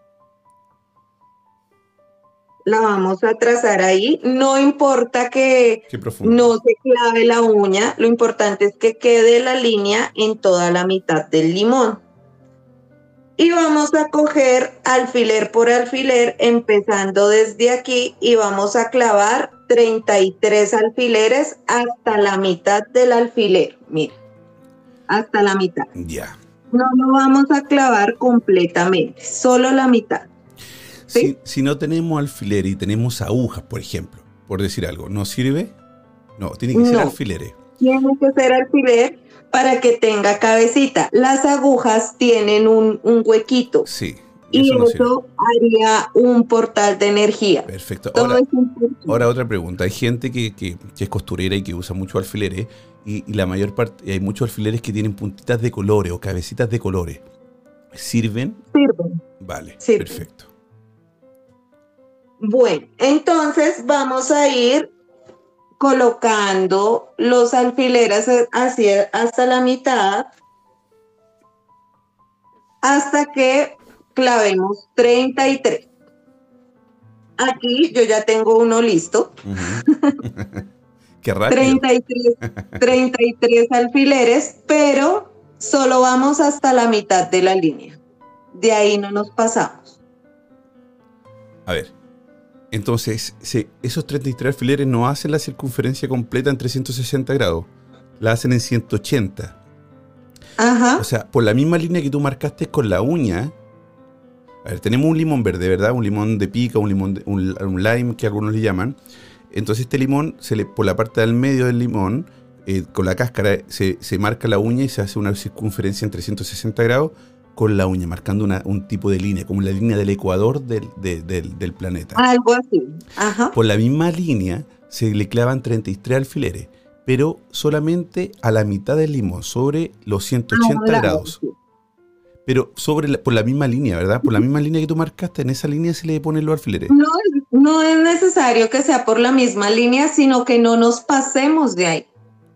La vamos a trazar ahí. No importa que Qué profundo. no se clave la uña, lo importante es que quede la línea en toda la mitad del limón. Y vamos a coger alfiler por alfiler, empezando desde aquí, y vamos a clavar 33 alfileres hasta la mitad del alfiler. Mira, hasta la mitad. Ya. No lo vamos a clavar completamente, solo la mitad. ¿Sí? Si no tenemos alfiler y tenemos agujas, por ejemplo, por decir algo, ¿no sirve? No, tiene que ser alfileres. Tiene que ser alfiler para que tenga cabecita. Las agujas tienen un huequito. Sí. Y no eso haría un portal de energía. Perfecto. Ahora otra pregunta. Hay gente que es costurera y que usa muchos alfileres y la mayor parte, hay muchos alfileres que tienen puntitas de colores o cabecitas de colores. ¿Sirven? Sirven. Vale, Sirven. perfecto. Bueno, entonces vamos a ir colocando los alfileres así hasta la mitad, hasta que clavemos 33. Aquí yo ya tengo uno listo. Qué rápido. 33 alfileres, pero solo vamos hasta la mitad de la línea. De ahí no nos pasamos. A ver, entonces, esos 33 alfileres no hacen la circunferencia completa en 360 grados, la hacen en 180. Ajá. O sea, por la misma línea que tú marcaste con la uña. A ver, tenemos un limón verde, ¿verdad? Un limón de pica, un lime que algunos le llaman. Entonces este limón, por la parte del medio del limón, con la cáscara, se marca la uña y se hace una circunferencia en 360 grados con la uña, marcando un tipo de línea, como la línea del ecuador del planeta. Algo así. Ajá. Por la misma línea se le clavan 33 alfileres, pero solamente a la mitad del limón, sobre los 180 grados. Sí. Pero por la misma línea, ¿verdad? Por la misma línea que tú marcaste, en esa línea se le ponen los alfileres. No es necesario que sea por la misma línea, sino que no nos pasemos de ahí.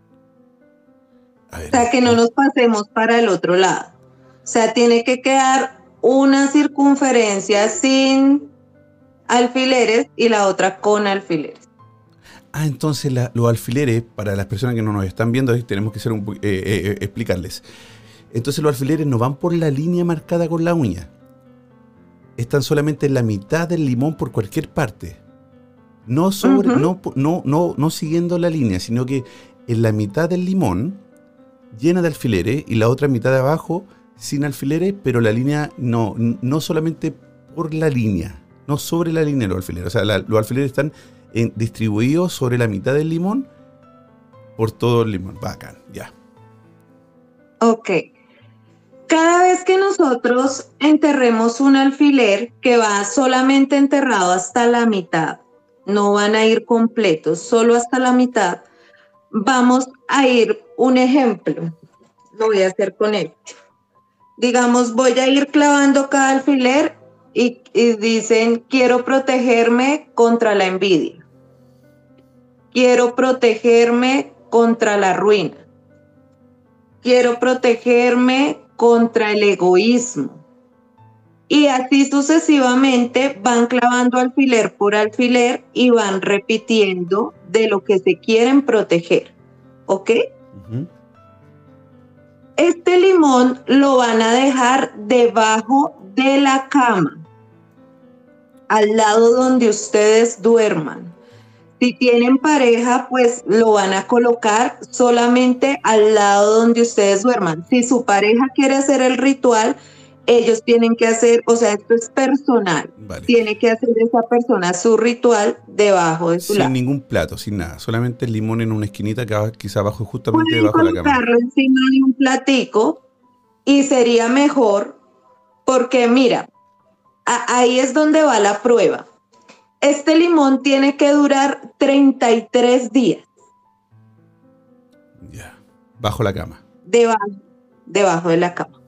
O sea, que no nos pasemos para el otro lado. O sea, tiene que quedar una circunferencia sin alfileres y la otra con alfileres. Ah, entonces los alfileres, para las personas que no nos están viendo, tenemos que explicarles. Entonces los alfileres no van por la línea marcada con la uña. Están solamente en la mitad del limón por cualquier parte. No siguiendo la línea, sino que en la mitad del limón llena de alfileres y la otra mitad de abajo sin alfileres, pero la línea no solamente por la línea, no sobre la línea de los alfileres. O sea, los alfileres están distribuidos sobre la mitad del limón por todo el limón. Bacán, ya. Ok. Cada vez que nosotros enterremos un alfiler que va solamente enterrado hasta la mitad, no van a ir completos, solo hasta la mitad, vamos a ir un ejemplo. Lo voy a hacer con él. Digamos, voy a ir clavando cada alfiler y dicen, quiero protegerme contra la envidia. Quiero protegerme contra la ruina. Quiero protegerme contra el egoísmo. Y así sucesivamente van clavando alfiler por alfiler y van repitiendo de lo que se quieren proteger. ¿Ok? Uh-huh. Este limón lo van a dejar debajo de la cama, al lado donde ustedes duerman. Si tienen pareja, pues lo van a colocar solamente al lado donde ustedes duerman. Si su pareja quiere hacer el ritual, ellos tienen que hacer, o sea, esto es personal. Vale. Tiene que hacer esa persona su ritual debajo de su lado. Sin ningún plato, sin nada. Solamente el limón en una esquinita que quizá abajo, justamente debajo de la cama. Pueden colocarlo encima de un platico y sería mejor porque, mira, ahí es donde va la prueba. Este limón tiene que durar 33 días. Bajo la cama. Debajo de la cama.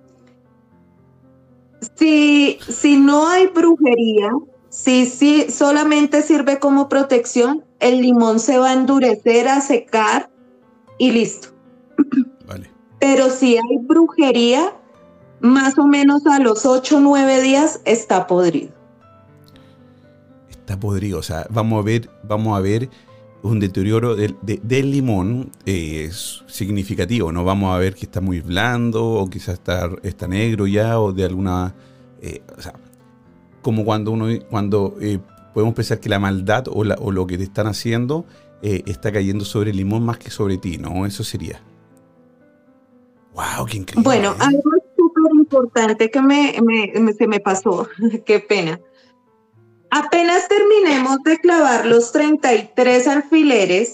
Si no hay brujería, si solamente sirve como protección, el limón se va a endurecer, a secar y listo. Vale. Pero si hay brujería, más o menos a los 8 o 9 días está podrido. Está podrido, o sea, vamos a ver un deterioro del limón significativo. No vamos a ver que está muy blando o quizás está negro ya o de alguna... o sea, como cuando podemos pensar que la maldad o lo que te están haciendo está cayendo sobre el limón más que sobre ti, ¿no? Eso sería. ¡Wow! ¡Qué increíble! Bueno, algo súper importante que se me pasó. ¡Qué pena! Apenas terminemos de clavar los 33 alfileres,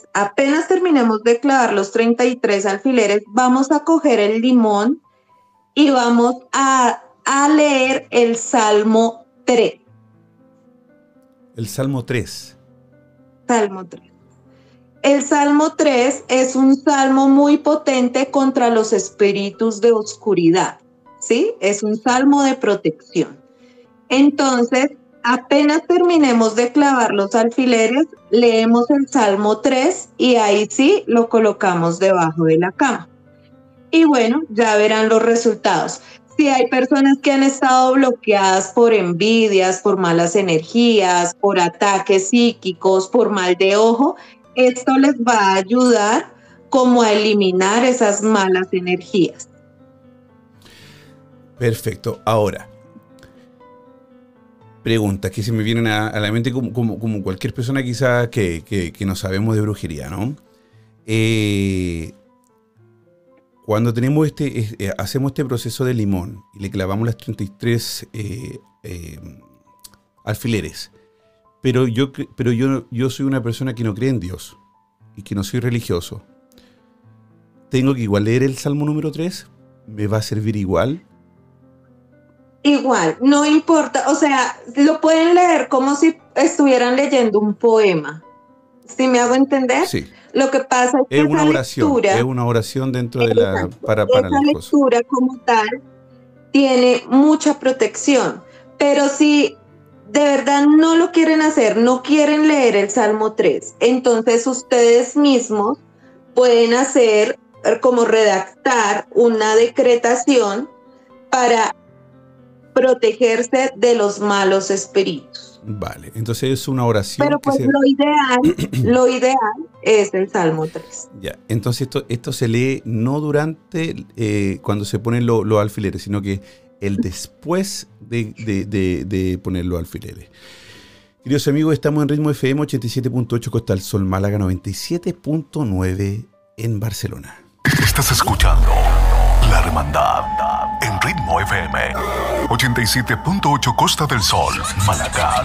vamos a coger el limón y vamos a leer el Salmo 3. El Salmo 3. Salmo 3. El Salmo 3 es un salmo muy potente contra los espíritus de oscuridad, ¿sí? Es un salmo de protección. Entonces, apenas terminemos de clavar los alfileres, leemos el Salmo 3 y ahí sí lo colocamos debajo de la cama. Y bueno, ya verán los resultados. Si hay personas que han estado bloqueadas por envidias, por malas energías, por ataques psíquicos, por mal de ojo, esto les va a ayudar como a eliminar esas malas energías. Perfecto. Ahora, preguntas que se me vienen a la mente como cualquier persona quizás que no sabemos de brujería, ¿no? Cuando tenemos hacemos este proceso de limón y le clavamos las 33 alfileres, pero yo soy una persona que no cree en Dios y que no soy religioso, ¿tengo que igual leer el Salmo número 3? ¿Me va a servir igual? Igual, no importa, o sea, lo pueden leer como si estuvieran leyendo un poema. ¿Sí me hago entender? Sí. Lo que pasa es que es una oración dentro de para esa las lectura cosas. como tal tiene mucha protección, pero si de verdad no lo quieren hacer, no quieren leer el Salmo 3, entonces ustedes mismos pueden hacer como redactar una decretación para protegerse de los malos espíritus. Vale, entonces es una oración. Pero pues lo ideal es el Salmo 3. Ya, entonces esto se lee no durante cuando se ponen los alfileres, sino que el después de poner los alfileres. Queridos amigos, estamos en Ritmo FM 87.8 Costa del Sol, Málaga 97.9 en Barcelona. Estás escuchando La Hermandad en Ritmo FM 87.8 Costa del Sol, Málaga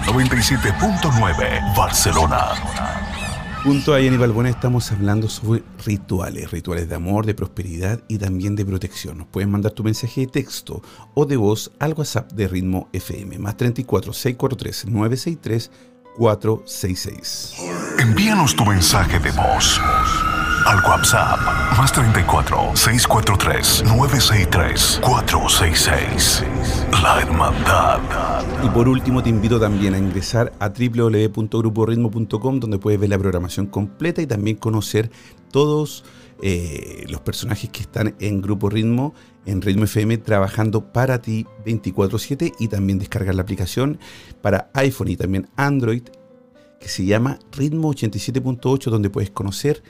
97.9 Barcelona. Junto a Jenny Balbona estamos hablando sobre rituales de amor, de prosperidad y también de protección. Nos pueden mandar tu mensaje de texto o de voz al WhatsApp de Ritmo FM, más 34 643 963 466. Envíanos tu mensaje de voz al WhatsApp, más 34 643 963 466. La Hermandad. Y por último te invito también a ingresar a www.gruporitmo.com, donde puedes ver la programación completa y también conocer todos los personajes que están en Grupo Ritmo, en Ritmo FM, trabajando para ti 24/7, y también descargar la aplicación para iPhone y también Android que se llama Ritmo 87.8, donde puedes conocer.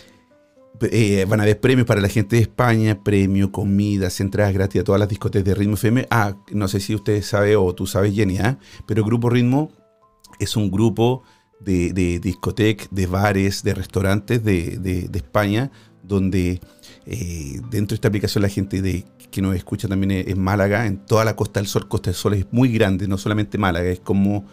Van a haber premios para la gente de España, premios, comidas, entradas gratis a todas las discotecas de Ritmo FM. No sé si usted sabe o tú sabes, Jenny, pero Grupo Ritmo es un grupo de discotecas, de bares, de restaurantes de España, donde dentro de esta aplicación la gente que nos escucha también en Málaga, en toda la Costa del Sol. Costa del Sol es muy grande, no solamente Málaga, es como,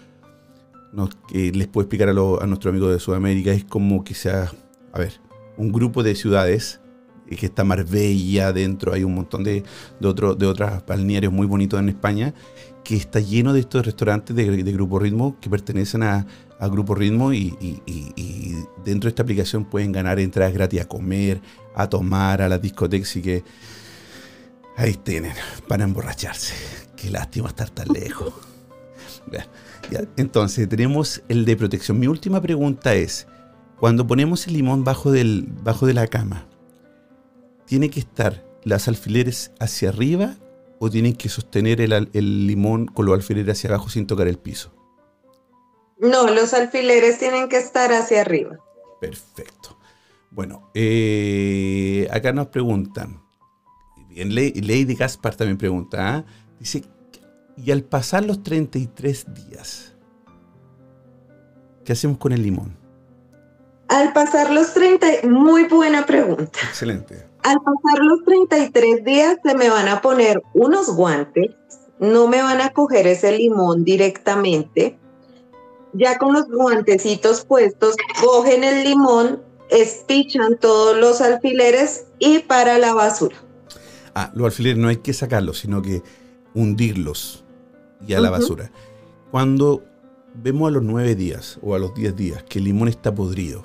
les puedo explicar a nuestro amigo de Sudamérica, es como quizás, un grupo de ciudades, que está Marbella dentro, hay un montón de otros balnearios muy bonitos en España, que está lleno de estos restaurantes de Grupo Ritmo que pertenecen a Grupo Ritmo, y dentro de esta aplicación pueden ganar entradas gratis a comer, a tomar, a las discotecas, y que ahí tienen, para emborracharse. Qué lástima estar tan lejos. Ya. Entonces, tenemos el de protección. Mi última pregunta es, cuando ponemos el limón bajo de la cama, ¿tiene que estar las alfileres hacia arriba o tienen que sostener el limón con los alfileres hacia abajo sin tocar el piso? No, los alfileres tienen que estar hacia arriba. Perfecto. Bueno, acá nos preguntan, bien, Lady Gaspar también pregunta, dice, y al pasar los 33 días, ¿qué hacemos con el limón? Al pasar los 30, muy buena pregunta. Excelente. Al pasar los 33 días se me van a poner unos guantes, no me van a coger ese limón directamente. Ya con los guantecitos puestos, cogen el limón, espichan todos los alfileres y para la basura. Los alfileres no hay que sacarlos, sino que hundirlos y a la basura. Cuando vemos a los 9 días o a los 10 días que el limón está podrido,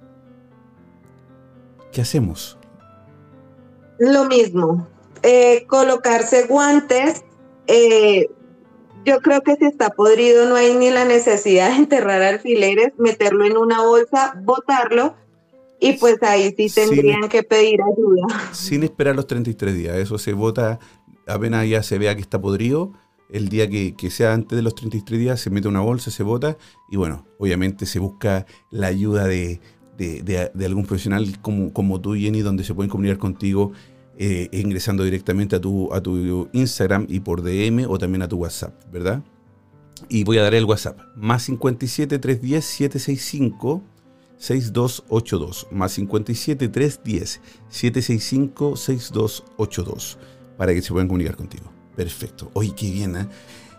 ¿qué hacemos? Lo mismo, colocarse guantes. Yo creo que si está podrido no hay ni la necesidad de enterrar alfileres, meterlo en una bolsa, botarlo y pues ahí sí tendrían que pedir ayuda. Sin esperar los 33 días, eso se bota apenas ya se vea que está podrido. El día que sea antes de los 33 días se mete una bolsa, se bota y bueno, obviamente se busca la ayuda de algún profesional como tú, Jenny, donde se pueden comunicar contigo ingresando directamente a tu Instagram y por DM o también a tu WhatsApp, ¿verdad? Y voy a dar el WhatsApp, más 57 310 765 6282, más 57 310 765 6282, para que se puedan comunicar contigo. Perfecto. Oye, qué bien, ¿eh?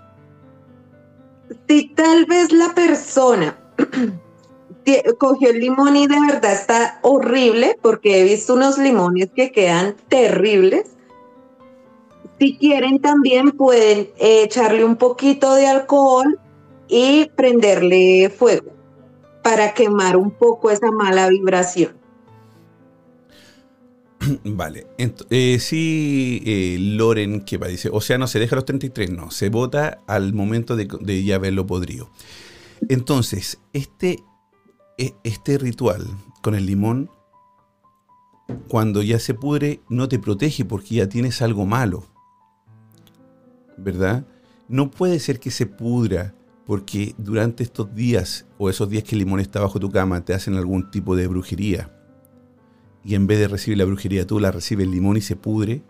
Si tal vez la persona cogió el limón y de verdad está horrible, porque he visto unos limones que quedan terribles. Si quieren también pueden echarle un poquito de alcohol y prenderle fuego para quemar un poco esa mala vibración. Vale. Loren, que dice, o sea, no se deja a los 33, no, se bota al momento de ya verlo podrido. Entonces, este ritual con el limón, cuando ya se pudre, no te protege porque ya tienes algo malo, ¿verdad? No puede ser que se pudra porque durante estos días o esos días que el limón está bajo tu cama te hacen algún tipo de brujería y en vez de recibir la brujería tú la recibes el limón y se pudre.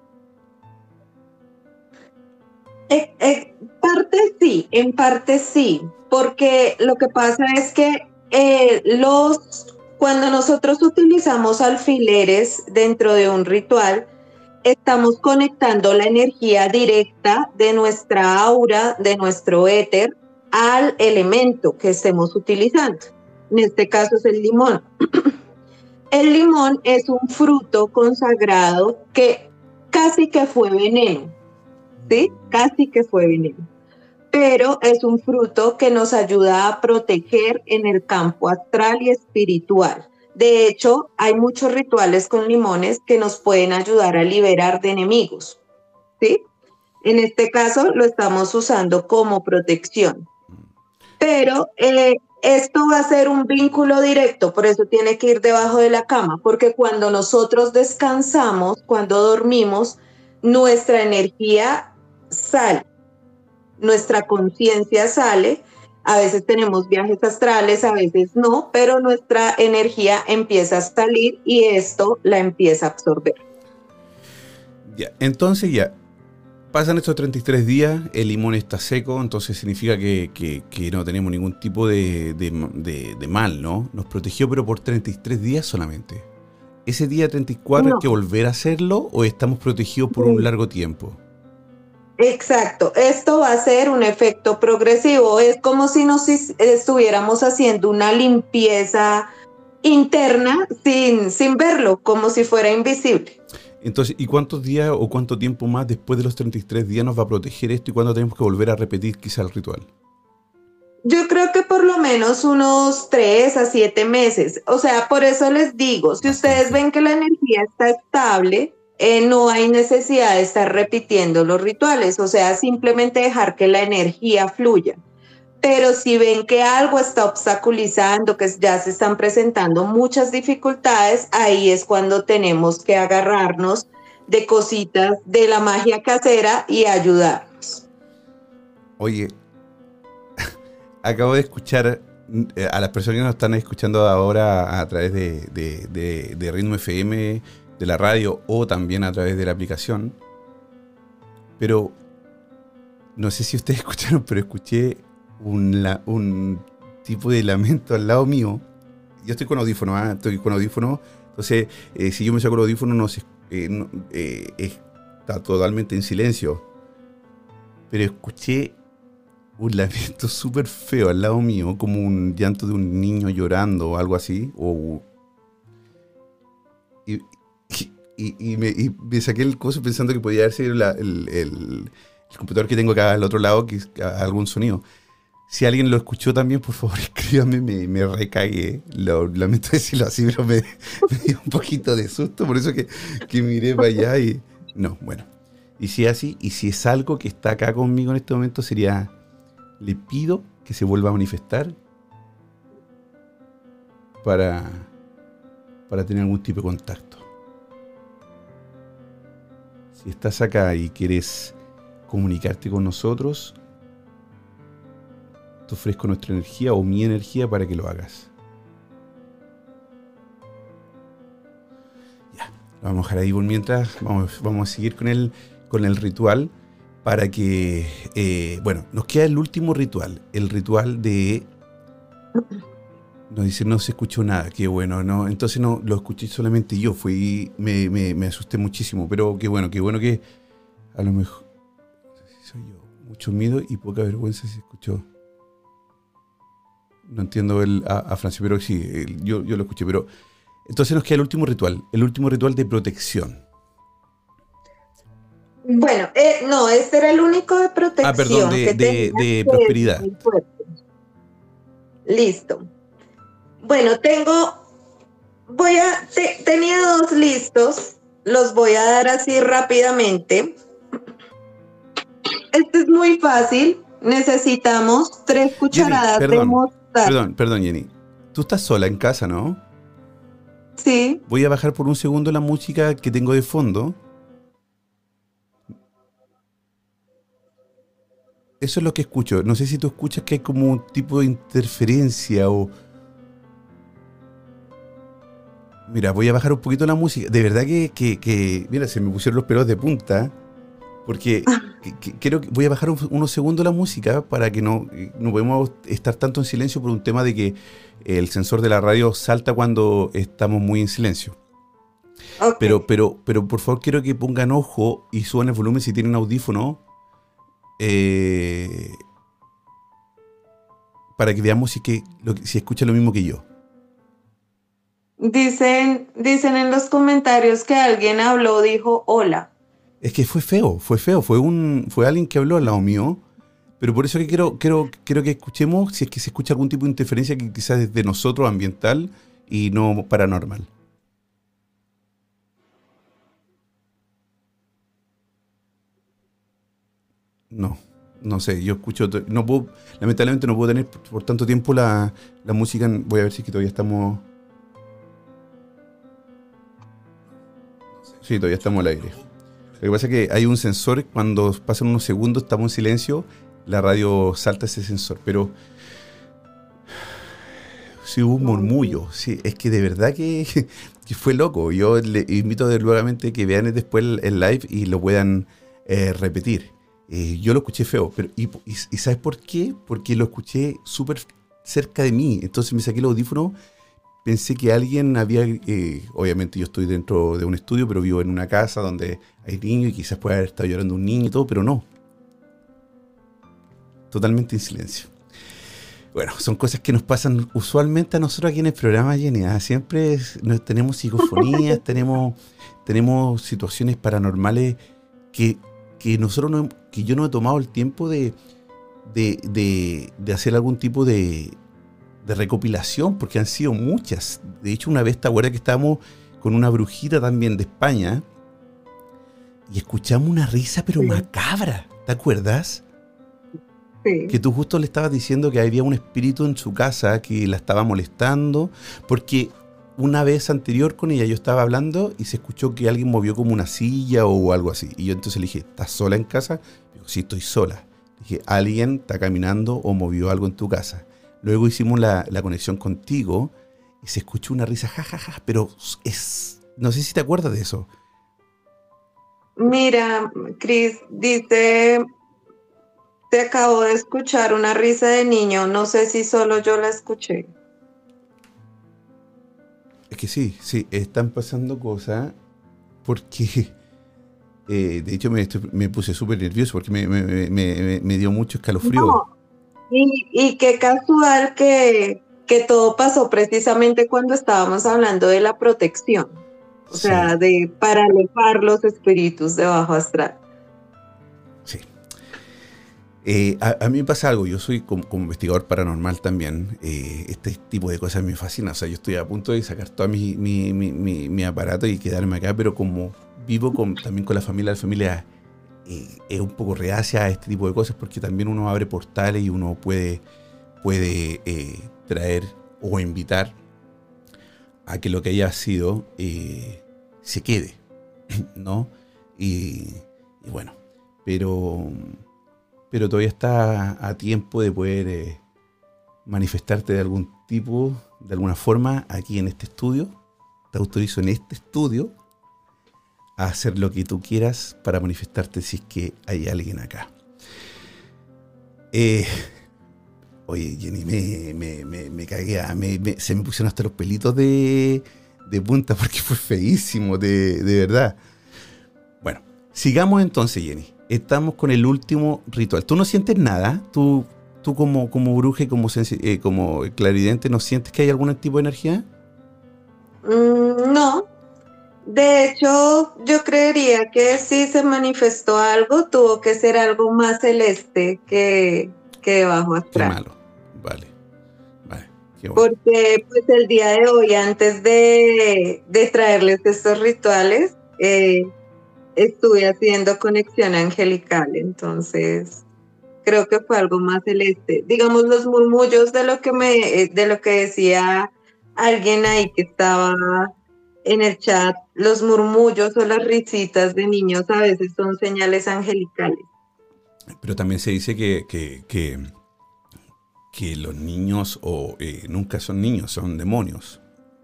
En parte sí, porque lo que pasa es que cuando nosotros utilizamos alfileres dentro de un ritual, estamos conectando la energía directa de nuestra aura, de nuestro éter, al elemento que estemos utilizando. En este caso es el limón. El limón es un fruto consagrado que casi que fue veneno, ¿sí? Casi que fue veneno. Pero es un fruto que nos ayuda a proteger en el campo astral y espiritual. De hecho, hay muchos rituales con limones que nos pueden ayudar a liberar de enemigos, ¿sí? En este caso lo estamos usando como protección. Pero esto va a ser un vínculo directo, por eso tiene que ir debajo de la cama, porque cuando nosotros descansamos, cuando dormimos, nuestra energía sale. Nuestra conciencia sale, a veces tenemos viajes astrales, a veces no, pero nuestra energía empieza a salir y esto la empieza a absorber. Ya, entonces ya, pasan estos 33 días, el limón está seco, entonces significa que no tenemos ningún tipo de mal, ¿no? Nos protegió, pero por 33 días solamente. ¿Ese día 34 hay que volver a hacerlo o estamos protegidos por un largo tiempo? Exacto, esto va a ser un efecto progresivo, es como si nos estuviéramos haciendo una limpieza interna sin verlo, como si fuera invisible. Entonces, ¿y cuántos días o cuánto tiempo más después de los 33 días nos va a proteger esto y cuándo tenemos que volver a repetir quizá el ritual? Yo creo que por lo menos unos 3 a 7 meses. O sea, por eso les digo, si ustedes ven que la energía está estable, no hay necesidad de estar repitiendo los rituales. O sea, simplemente dejar que la energía fluya. Pero si ven que algo está obstaculizando, que ya se están presentando muchas dificultades, ahí es cuando tenemos que agarrarnos de cositas de la magia casera y ayudarnos. Oye, acabo de escuchar a las personas que nos están escuchando ahora a través de Ritmo FM, de la radio o también a través de la aplicación. Pero no sé si ustedes escucharon, pero escuché un tipo de lamento al lado mío. Yo estoy con audífono, entonces si yo me saco el audífono está totalmente en silencio. Pero escuché un lamento súper feo al lado mío, como un llanto de un niño llorando o algo así. Y me saqué el coso pensando que podía haber sido el computador que tengo acá al otro lado, que algún sonido. Si alguien lo escuchó también, por favor, escríbame, me recagué. Lo lamento decirlo así, pero me dio un poquito de susto, por eso que miré para allá y... No, bueno. Y si es así, y si es algo que está acá conmigo en este momento, sería... Le pido que se vuelva a manifestar para tener algún tipo de contacto. Si estás acá y quieres comunicarte con nosotros, te ofrezco nuestra energía o mi energía para que lo hagas. Ya, lo vamos a dejar ahí por mientras. Vamos a seguir con el ritual para que, bueno, nos queda el último ritual. El ritual de... Nos dice, no se escuchó nada, qué bueno, no, entonces no, lo escuché solamente yo, me asusté muchísimo, pero qué bueno que a lo mejor, no sé si soy yo, mucho miedo y poca vergüenza se escuchó. No entiendo a Francis, pero sí, yo lo escuché, pero entonces nos queda el último ritual de protección. Bueno, no, este era el único de protección. Perdón, de prosperidad. Listo. Bueno, tenía 2 listos, los voy a dar así rápidamente. Este es muy fácil, necesitamos 3 cucharadas de mostaza. Perdón, Jenny, tú estás sola en casa, ¿no? Sí. Voy a bajar por un segundo la música que tengo de fondo. Eso es lo que escucho. No sé si tú escuchas que hay como un tipo de interferencia o... Mira, voy a bajar un poquito la música. De verdad que mira, se me pusieron los pelos de punta. Porque creo que voy a bajar unos segundos la música para que no podemos estar tanto en silencio por un tema de que el sensor de la radio salta cuando estamos muy en silencio. Okay. Pero por favor quiero que pongan ojo y suban el volumen si tienen audífono. Para que veamos si escuchan lo mismo que yo. Dicen en los comentarios que alguien habló, dijo hola. Es que fue feo, fue alguien que habló al lado mío, pero por eso que quiero que escuchemos si es que se escucha algún tipo de interferencia que quizás es de nosotros, ambiental y no paranormal. No sé, yo escucho, lamentablemente no puedo tener por tanto tiempo la música, voy a ver si es que todavía estamos... Sí, todavía estamos al aire. Lo que pasa es que hay un sensor, cuando pasan unos segundos, estamos en silencio, la radio salta ese sensor, pero sí hubo un murmullo, sí, es que de verdad que fue loco. Yo le invito nuevamente que vean después el live y lo puedan repetir. Yo lo escuché feo, pero ¿y sabes por qué? Porque lo escuché súper cerca de mí, entonces me saqué el audífono. Pensé que alguien había... obviamente yo estoy dentro de un estudio, pero vivo en una casa donde hay niños y quizás pueda haber estado llorando un niño y todo, pero no. Totalmente en silencio. Bueno, son cosas que nos pasan usualmente a nosotros aquí en el programa, Jenny. Siempre tenemos psicofonías, tenemos situaciones paranormales que yo no he tomado el tiempo de de hacer algún tipo de recopilación, porque han sido muchas. De hecho, una vez te acuerdas que estábamos con una brujita también de España y escuchamos una risa pero macabra, ¿te acuerdas? Sí. Que tú justo le estabas diciendo que había un espíritu en su casa que la estaba molestando, porque una vez anterior con ella yo estaba hablando y se escuchó que alguien movió como una silla o algo así. Y yo entonces le dije, ¿estás sola en casa? Dijo, sí, estoy sola. Dije, alguien está caminando o movió algo en tu casa. Luego hicimos la conexión contigo y se escuchó una risa, jajaja, pero no sé si te acuerdas de eso. Mira, Cris, dice, te acabo de escuchar una risa de niño, no sé si solo yo la escuché. Es que sí, están pasando cosas porque, de hecho, me puse súper nervioso porque me dio mucho escalofrío. No, y qué casual que todo pasó precisamente cuando estábamos hablando de la protección, o Sí. sea, para alejar los espíritus de bajo astral. Sí. A mí me pasa algo, yo soy como investigador paranormal también, este tipo de cosas me fascina, o sea, yo estoy a punto de sacar todo mi aparato y quedarme acá, pero como vivo también con la familia es un poco reacia a este tipo de cosas porque también uno abre portales y uno puede traer o invitar a que lo que haya sido se quede, ¿no? Y bueno, pero todavía está a tiempo de poder manifestarte de algún tipo, de alguna forma, aquí en este estudio. Te autorizo en este estudio a hacer lo que tú quieras para manifestarte si es que hay alguien acá. Oye, Jenny, me cagué, se me pusieron hasta los pelitos de punta porque fue feísimo, de verdad. Bueno, sigamos entonces, Jenny. Estamos con el último ritual. ¿Tú no sientes nada? ¿Tú como bruja y como claridente, no sientes que hay algún tipo de energía? No, de hecho, yo creería que si se manifestó algo, tuvo que ser algo más celeste que de bajo Qué astral. malo. Vale, qué bueno. Porque pues el día de hoy, antes de traerles estos rituales, estuve haciendo conexión angelical, entonces creo que fue algo más celeste. Digamos, los murmullos de lo que decía alguien ahí que estaba en el chat, los murmullos o las risitas de niños a veces son señales angelicales. Pero también se dice que los niños nunca son niños, son demonios.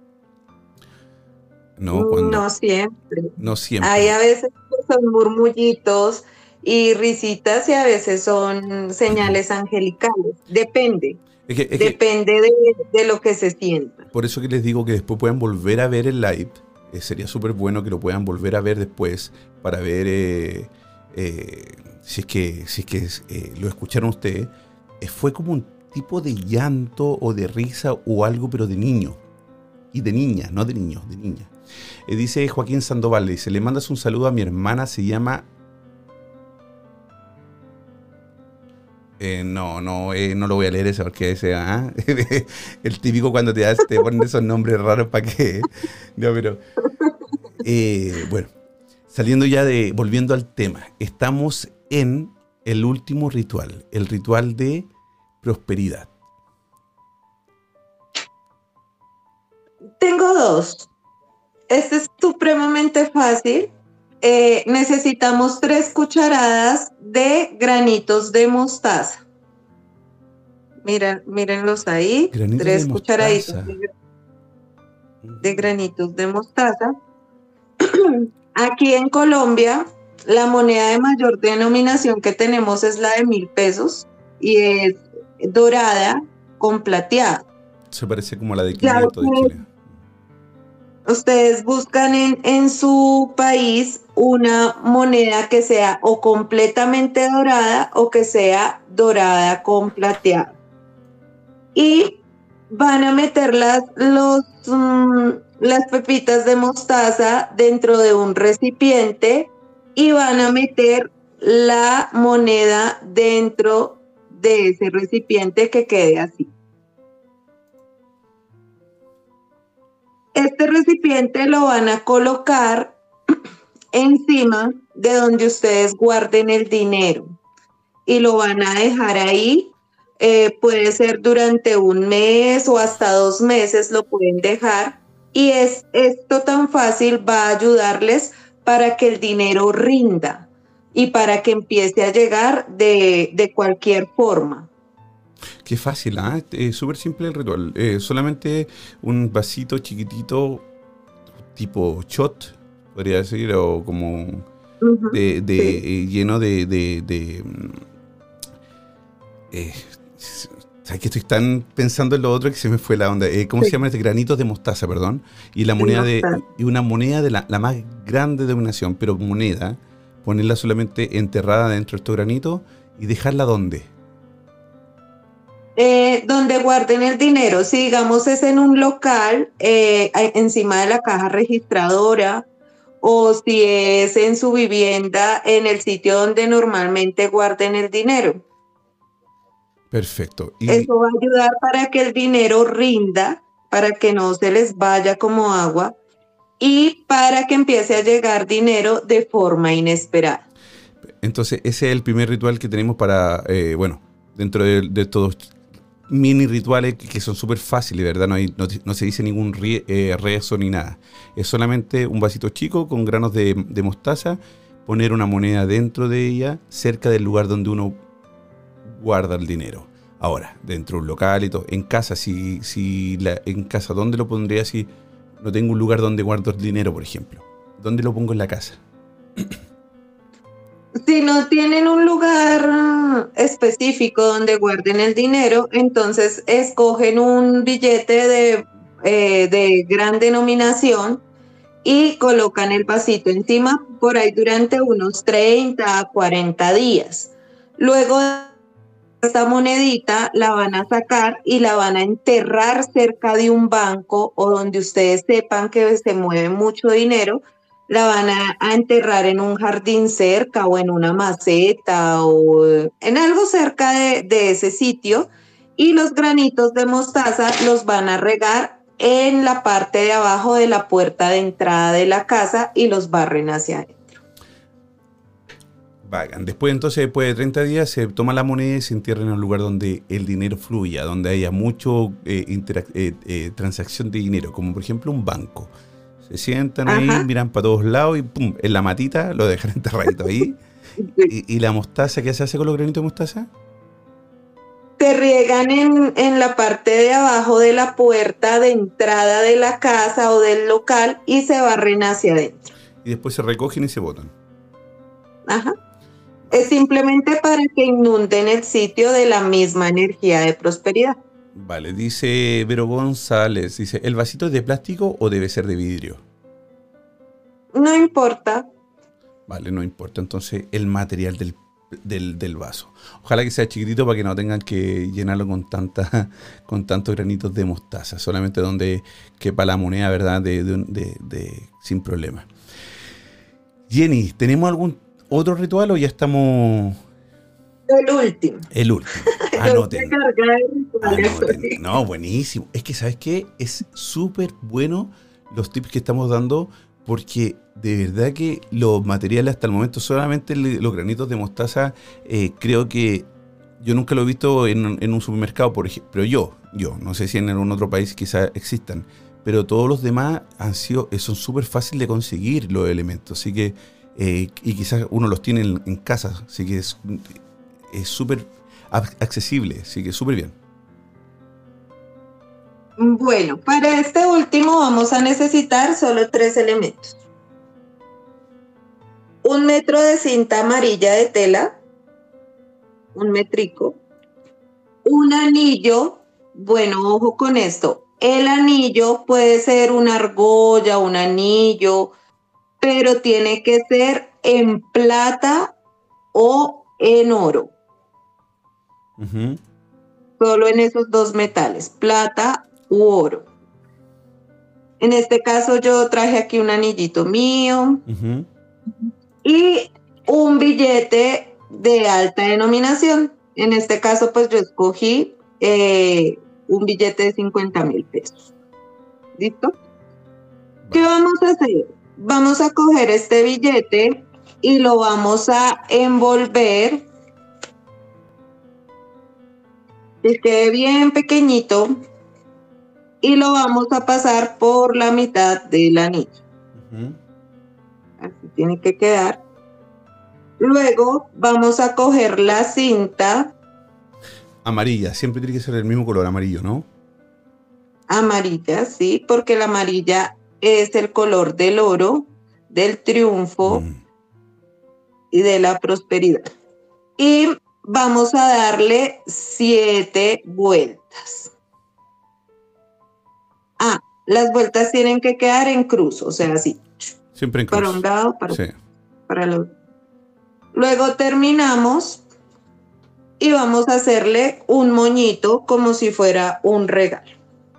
¿No? No siempre. No siempre. Hay a veces que son murmullitos y risitas y a veces son señales angelicales. Depende. Depende de lo que se sienta. Por eso que les digo que después puedan volver a ver el live. Sería súper bueno que lo puedan volver a ver después para ver si es que lo escucharon ustedes. Fue como un tipo de llanto o de risa o algo, pero de niño. Y de niña, no de niños, de niña. Dice Joaquín Sandoval, dice, le mandas un saludo a mi hermana, se llama... no lo voy a leer eso porque ese, el típico cuando te ponen esos nombres raros para qué. No, pero bueno, volviendo al tema, estamos en el último ritual, el ritual de prosperidad. Tengo dos. Este es supremamente fácil. Necesitamos 3 cucharadas de granitos de mostaza. Mírenlos ahí. Granitos 3 de cucharaditos mostaza. de granitos de mostaza. Aquí en Colombia, la moneda de mayor denominación que tenemos es la de 1.000 pesos y es dorada con plateado. Se parece como la de 500 de Chile. Ustedes buscan en su país una moneda que sea o completamente dorada o que sea dorada con plateado. Y van a meter las pepitas de mostaza dentro de un recipiente y van a meter la moneda dentro de ese recipiente que quede así. Este recipiente lo van a colocar encima de donde ustedes guarden el dinero y lo van a dejar ahí. Puede ser durante un mes o hasta 2 meses lo pueden dejar, y esto tan fácil va a ayudarles para que el dinero rinda y para que empiece a llegar de cualquier forma. Qué fácil, ¿ah? Súper simple el ritual. Solamente un vasito chiquitito, tipo shot, podría decir, o como Ujú, sí. lleno ¿sabes que estoy tan pensando en lo otro que se me fue la onda? ¿Cómo se Sí, llama este? Granitos de mostaza, perdón. Y la el moneda mostaza. y una moneda de la más grande denominación, pero moneda, ponerla solamente enterrada dentro de estos granitos y dejarla ¿dónde? Donde guarden el dinero, si digamos es en un local, encima de la caja registradora, o si es en su vivienda, en el sitio donde normalmente guarden el dinero. Perfecto. Y Eso va a ayudar para que el dinero rinda, para que no se les vaya como agua y para que empiece a llegar dinero de forma inesperada. entonces ese es el primer ritual que tenemos para, bueno, dentro de estos mini rituales que son súper fáciles, ¿verdad? No se dice ningún rezo ni nada. Es solamente un vasito chico con granos de mostaza, poner una moneda dentro de ella, cerca del lugar donde uno guarda el dinero. Ahora, dentro de un local y todo, en casa, en casa, ¿dónde lo pondría si no tengo un lugar donde guardo el dinero, por ejemplo? ¿Dónde lo pongo en la casa? Si no tienen un lugar específico donde guarden el dinero, entonces escogen un billete de gran denominación y colocan el vasito encima por ahí durante unos 30 a 40 días. Luego esta monedita la van a sacar y la van a enterrar cerca de un banco o donde ustedes sepan que se mueve mucho dinero. La van a enterrar en un jardín cerca o en una maceta o en algo cerca de ese sitio, y los granitos de mostaza los van a regar en la parte de abajo de la puerta de entrada de la casa y los barren hacia adentro. Vagan. Después, entonces, después de 30 días, se toma la moneda y se entierra en un lugar donde el dinero fluya, donde haya mucho transacción de dinero, como por ejemplo un banco. Se sientan ahí, Ajá. miran para todos lados y pum, en la matita lo dejan enterradito ahí. Y la mostaza, ¿qué se hace con los granitos de mostaza? Se riegan en la parte de abajo de la puerta de entrada de la casa o del local y se barren hacia adentro. Y después se recogen y se botan. Ajá. Es Vale. simplemente para que inunden el sitio de la misma energía de prosperidad. Vale, dice Vero González, dice, ¿el vasito es de plástico o debe ser de vidrio? No importa. Vale, no importa. Entonces, el material del vaso. Ojalá que sea chiquitito para que no tengan que llenarlo con tantos granitos de mostaza. Solamente donde quepa la moneda, ¿verdad? Sin problema. Jenny, ¿tenemos algún otro ritual o ya estamos El último. el último? Yo estoy Anoten, cargada de rituales anoten. hoy. No, buenísimo. Es que, ¿sabes qué? Es súper bueno los tips que estamos dando, porque de verdad que los materiales hasta el momento, solamente los granitos de mostaza, creo que yo nunca lo he visto en un supermercado, por ejemplo, pero yo, no sé si en algún otro país quizás existan, pero todos los demás son súper fáciles de conseguir los elementos, así que, y quizás uno los tiene en casa, así que es súper accesible, así que súper bien. Bueno, para este último vamos a necesitar solo 3 elementos. 1 metro de cinta amarilla de tela, 1 metrico. Un anillo, bueno, ojo con esto. El anillo puede ser una argolla, un anillo, pero tiene que ser en plata o en oro. Ujú, Solo en esos 2 metales, plata u oro. En este caso yo traje aquí un anillito mío ujú. y un billete de alta denominación. En este caso, pues yo escogí un billete de 50.000 pesos. ¿Listo? ¿Qué vamos a hacer? Vamos a coger este billete y lo vamos a envolver, que quede bien pequeñito, y lo vamos a pasar por la mitad del anillo. Así tiene que quedar. Luego vamos a coger la cinta amarilla, siempre tiene que ser el mismo color, amarillo, ¿no? Amarilla, sí, porque la amarilla es el color del oro, del triunfo y de la prosperidad. Y vamos a darle 7 vueltas. Las vueltas tienen que quedar en cruz, o sea, así. Siempre en cruz. Para un lado, para el otro. Luego terminamos y vamos a hacerle un moñito como si fuera un regalo.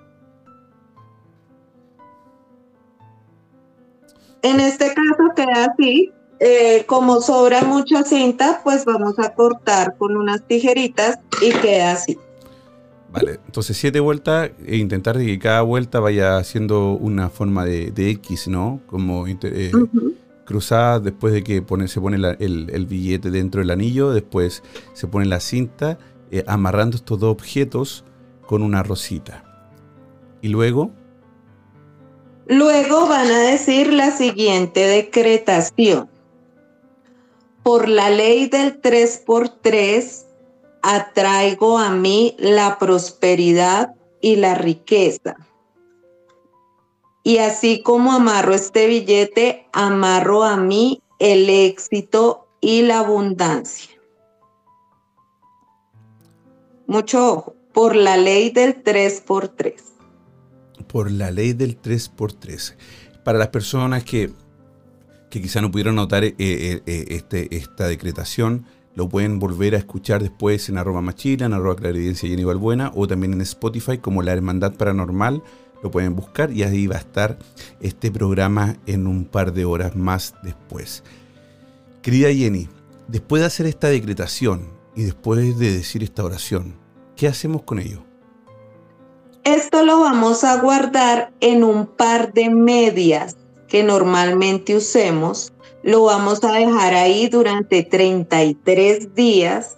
En este caso queda así. Como sobra mucha cinta, pues vamos a cortar con unas tijeritas y queda así. Vale, entonces 7 vueltas e intentar de que cada vuelta vaya haciendo una forma de X, ¿no? Como cruzada después de que se pone el billete dentro del anillo, después se pone la cinta, amarrando estos dos objetos con una rosita. Y luego... Luego van a decir la siguiente decretación. Por la ley del 3x3, atraigo a mí la prosperidad y la riqueza. Y así como amarro este billete, amarro a mí el éxito y la abundancia. Mucho ojo, por la ley del 3x3. Por la ley del 3x3. Para las personas que quizá no pudieron notar esta decretación, lo pueden volver a escuchar después en @Machilan, @Clarividencia Jenny Balbuena, o también en Spotify como La Hermandad Paranormal. Lo pueden buscar y ahí va a estar este programa en un par de horas más después. Querida Jenny, después de hacer esta decretación y después de decir esta oración, ¿qué hacemos con ello? Esto lo vamos a guardar en un par de medias que normalmente usemos. Lo vamos a dejar ahí durante 33 días.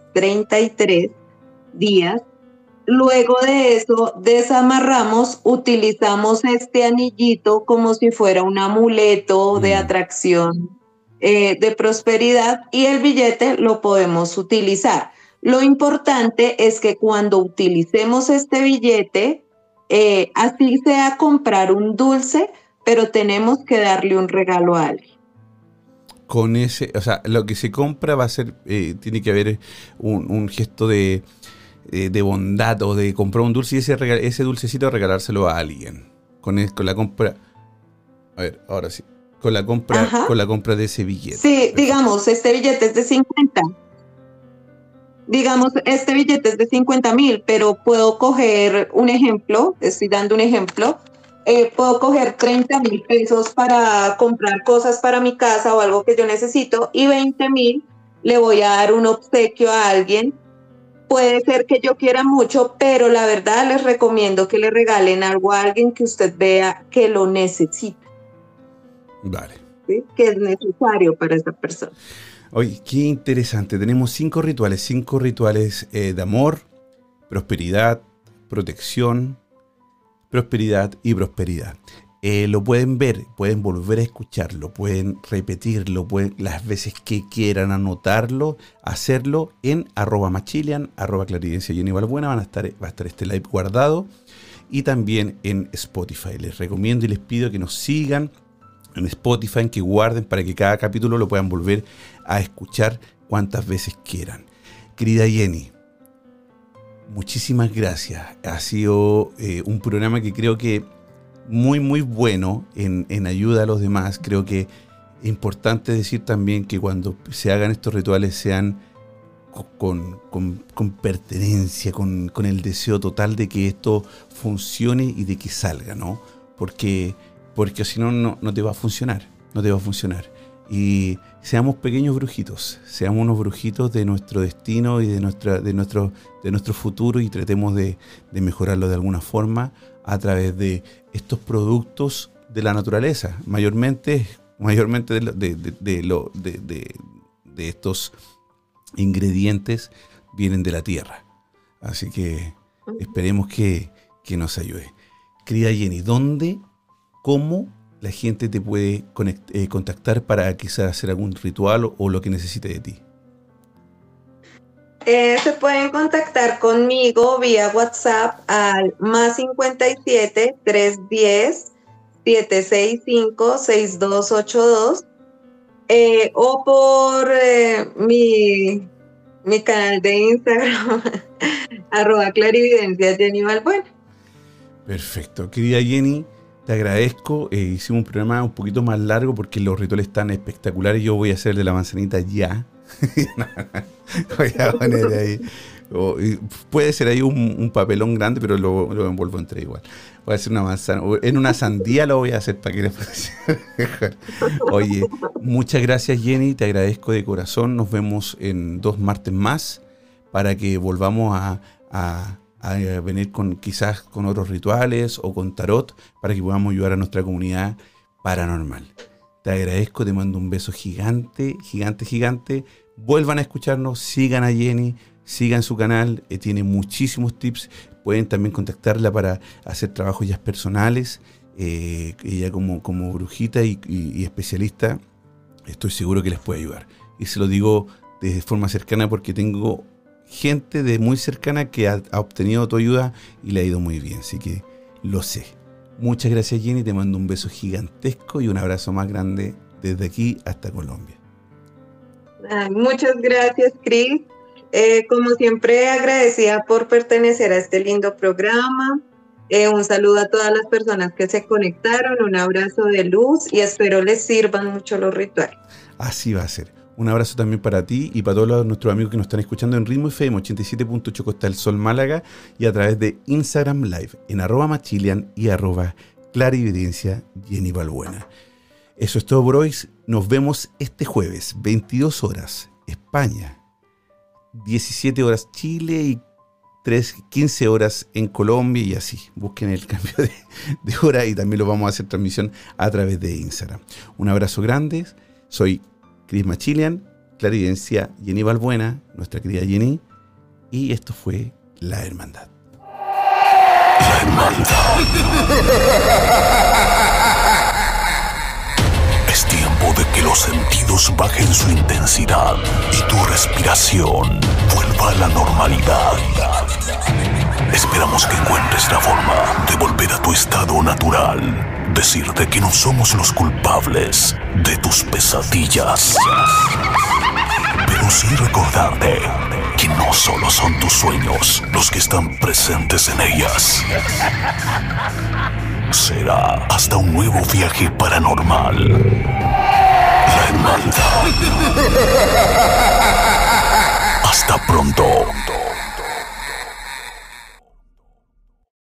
Luego de eso, desamarramos, utilizamos este anillito como si fuera un amuleto de atracción, de prosperidad, y el billete lo podemos utilizar. Lo importante es que cuando utilicemos este billete, así sea comprar un dulce, pero tenemos que darle un regalo a alguien. Con ese, o sea, lo que se compra va a ser, tiene que haber un gesto de bondad, o de comprar un dulce y ese dulcecito regalárselo a alguien. Con la compra, a ver, ahora sí, con la compra de ese billete. Sí, perfecto. Digamos, este billete es de 50. Digamos, este billete es de 50.000, pero puedo coger un ejemplo, estoy dando un ejemplo. Puedo coger 30.000 pesos para comprar cosas para mi casa o algo que yo necesito, y 20.000 le voy a dar un obsequio a alguien. Puede ser que yo quiera mucho, pero la verdad les recomiendo que le regalen algo a alguien que usted vea que lo necesita. Vale. ¿Sí? Que es necesario para esa persona. Oye, qué interesante. Tenemos 5 rituales de amor, prosperidad, protección, prosperidad y prosperidad. Lo pueden ver, pueden volver a escucharlo, pueden repetirlo, pueden las veces que quieran anotarlo, hacerlo en @Machilian, @Clarividencia Jenny Balbuena. Va a estar este live guardado, y también en Spotify. Les recomiendo y les pido que nos sigan en Spotify, que guarden para que cada capítulo lo puedan volver a escuchar cuantas veces quieran. Querida Jenny, muchísimas gracias. Ha sido un programa que creo que muy, muy bueno en ayuda a los demás. Creo que es importante decir también que cuando se hagan estos rituales sean con pertenencia, con el deseo total de que esto funcione y de que salga, ¿no? Porque si no te va a funcionar. No te va a funcionar. y seamos pequeños brujitos, seamos unos brujitos de nuestro destino y de nuestro futuro, y tratemos de mejorarlo de alguna forma a través de estos productos de la naturaleza, mayormente de estos ingredientes vienen de la tierra. Así que esperemos que nos ayude. Querida Jenny, ¿dónde, cómo la gente te puede contactar para quizás hacer algún ritual o lo que necesite de ti? Se pueden contactar conmigo vía WhatsApp al +57 310 765 6282 o por mi canal de Instagram @clarividencia Jenny Balbuena. Perfecto. Querida Jenny, te agradezco. Hicimos un programa un poquito más largo porque los rituales están espectaculares. Yo voy a hacer el de la manzanita ya. Voy a poner ahí. Puede ser ahí un papelón grande, pero lo envuelvo entre igual. Voy a hacer una manzana. En una sandía lo voy a hacer para que les parezca mejor. Oye, muchas gracias, Jenny. Te agradezco de corazón. Nos vemos en 2 martes más para que volvamos a venir quizás con otros rituales o con tarot para que podamos ayudar a nuestra comunidad paranormal. Te agradezco, te mando un beso gigante, gigante, gigante. Vuelvan a escucharnos, sigan a Jenny, sigan su canal, tiene muchísimos tips. Pueden también contactarla para hacer trabajos ya personales. Ella como brujita y especialista, estoy seguro que les puede ayudar. Y se lo digo de forma cercana porque tengo gente de muy cercana que ha obtenido tu ayuda y le ha ido muy bien, así que lo sé. Muchas gracias, Jenny, te mando un beso gigantesco y un abrazo más grande desde aquí hasta Colombia. Muchas gracias, Cris. Como siempre, agradecida por pertenecer a este lindo programa. Un saludo a todas las personas que se conectaron, un abrazo de luz y espero les sirvan mucho los rituales. Así va a ser. Un abrazo también para ti y para todos nuestros amigos que nos están escuchando en Ritmo FM 87.8 Costa del Sol Málaga y a través de Instagram Live en @machilian y @clarividencia Jenny Balbuena. Eso es todo por hoy. Nos vemos este jueves, 22 horas, España, 17 horas Chile y 15 horas en Colombia y así. Busquen el cambio de hora y también lo vamos a hacer transmisión a través de Instagram. Un abrazo grande. Soy Cris Machilian, clarividencia Jenny Balbuena, nuestra querida Jenny, y esto fue La Hermandad. La Hermandad. Es tiempo de que los sentidos bajen su intensidad y tu respiración vuelva a la normalidad. Esperamos que encuentres la forma de volver a tu estado natural. Decirte que no somos los culpables de tus pesadillas, pero sí recordarte que no solo son tus sueños los que están presentes en ellas. Será hasta un nuevo viaje paranormal.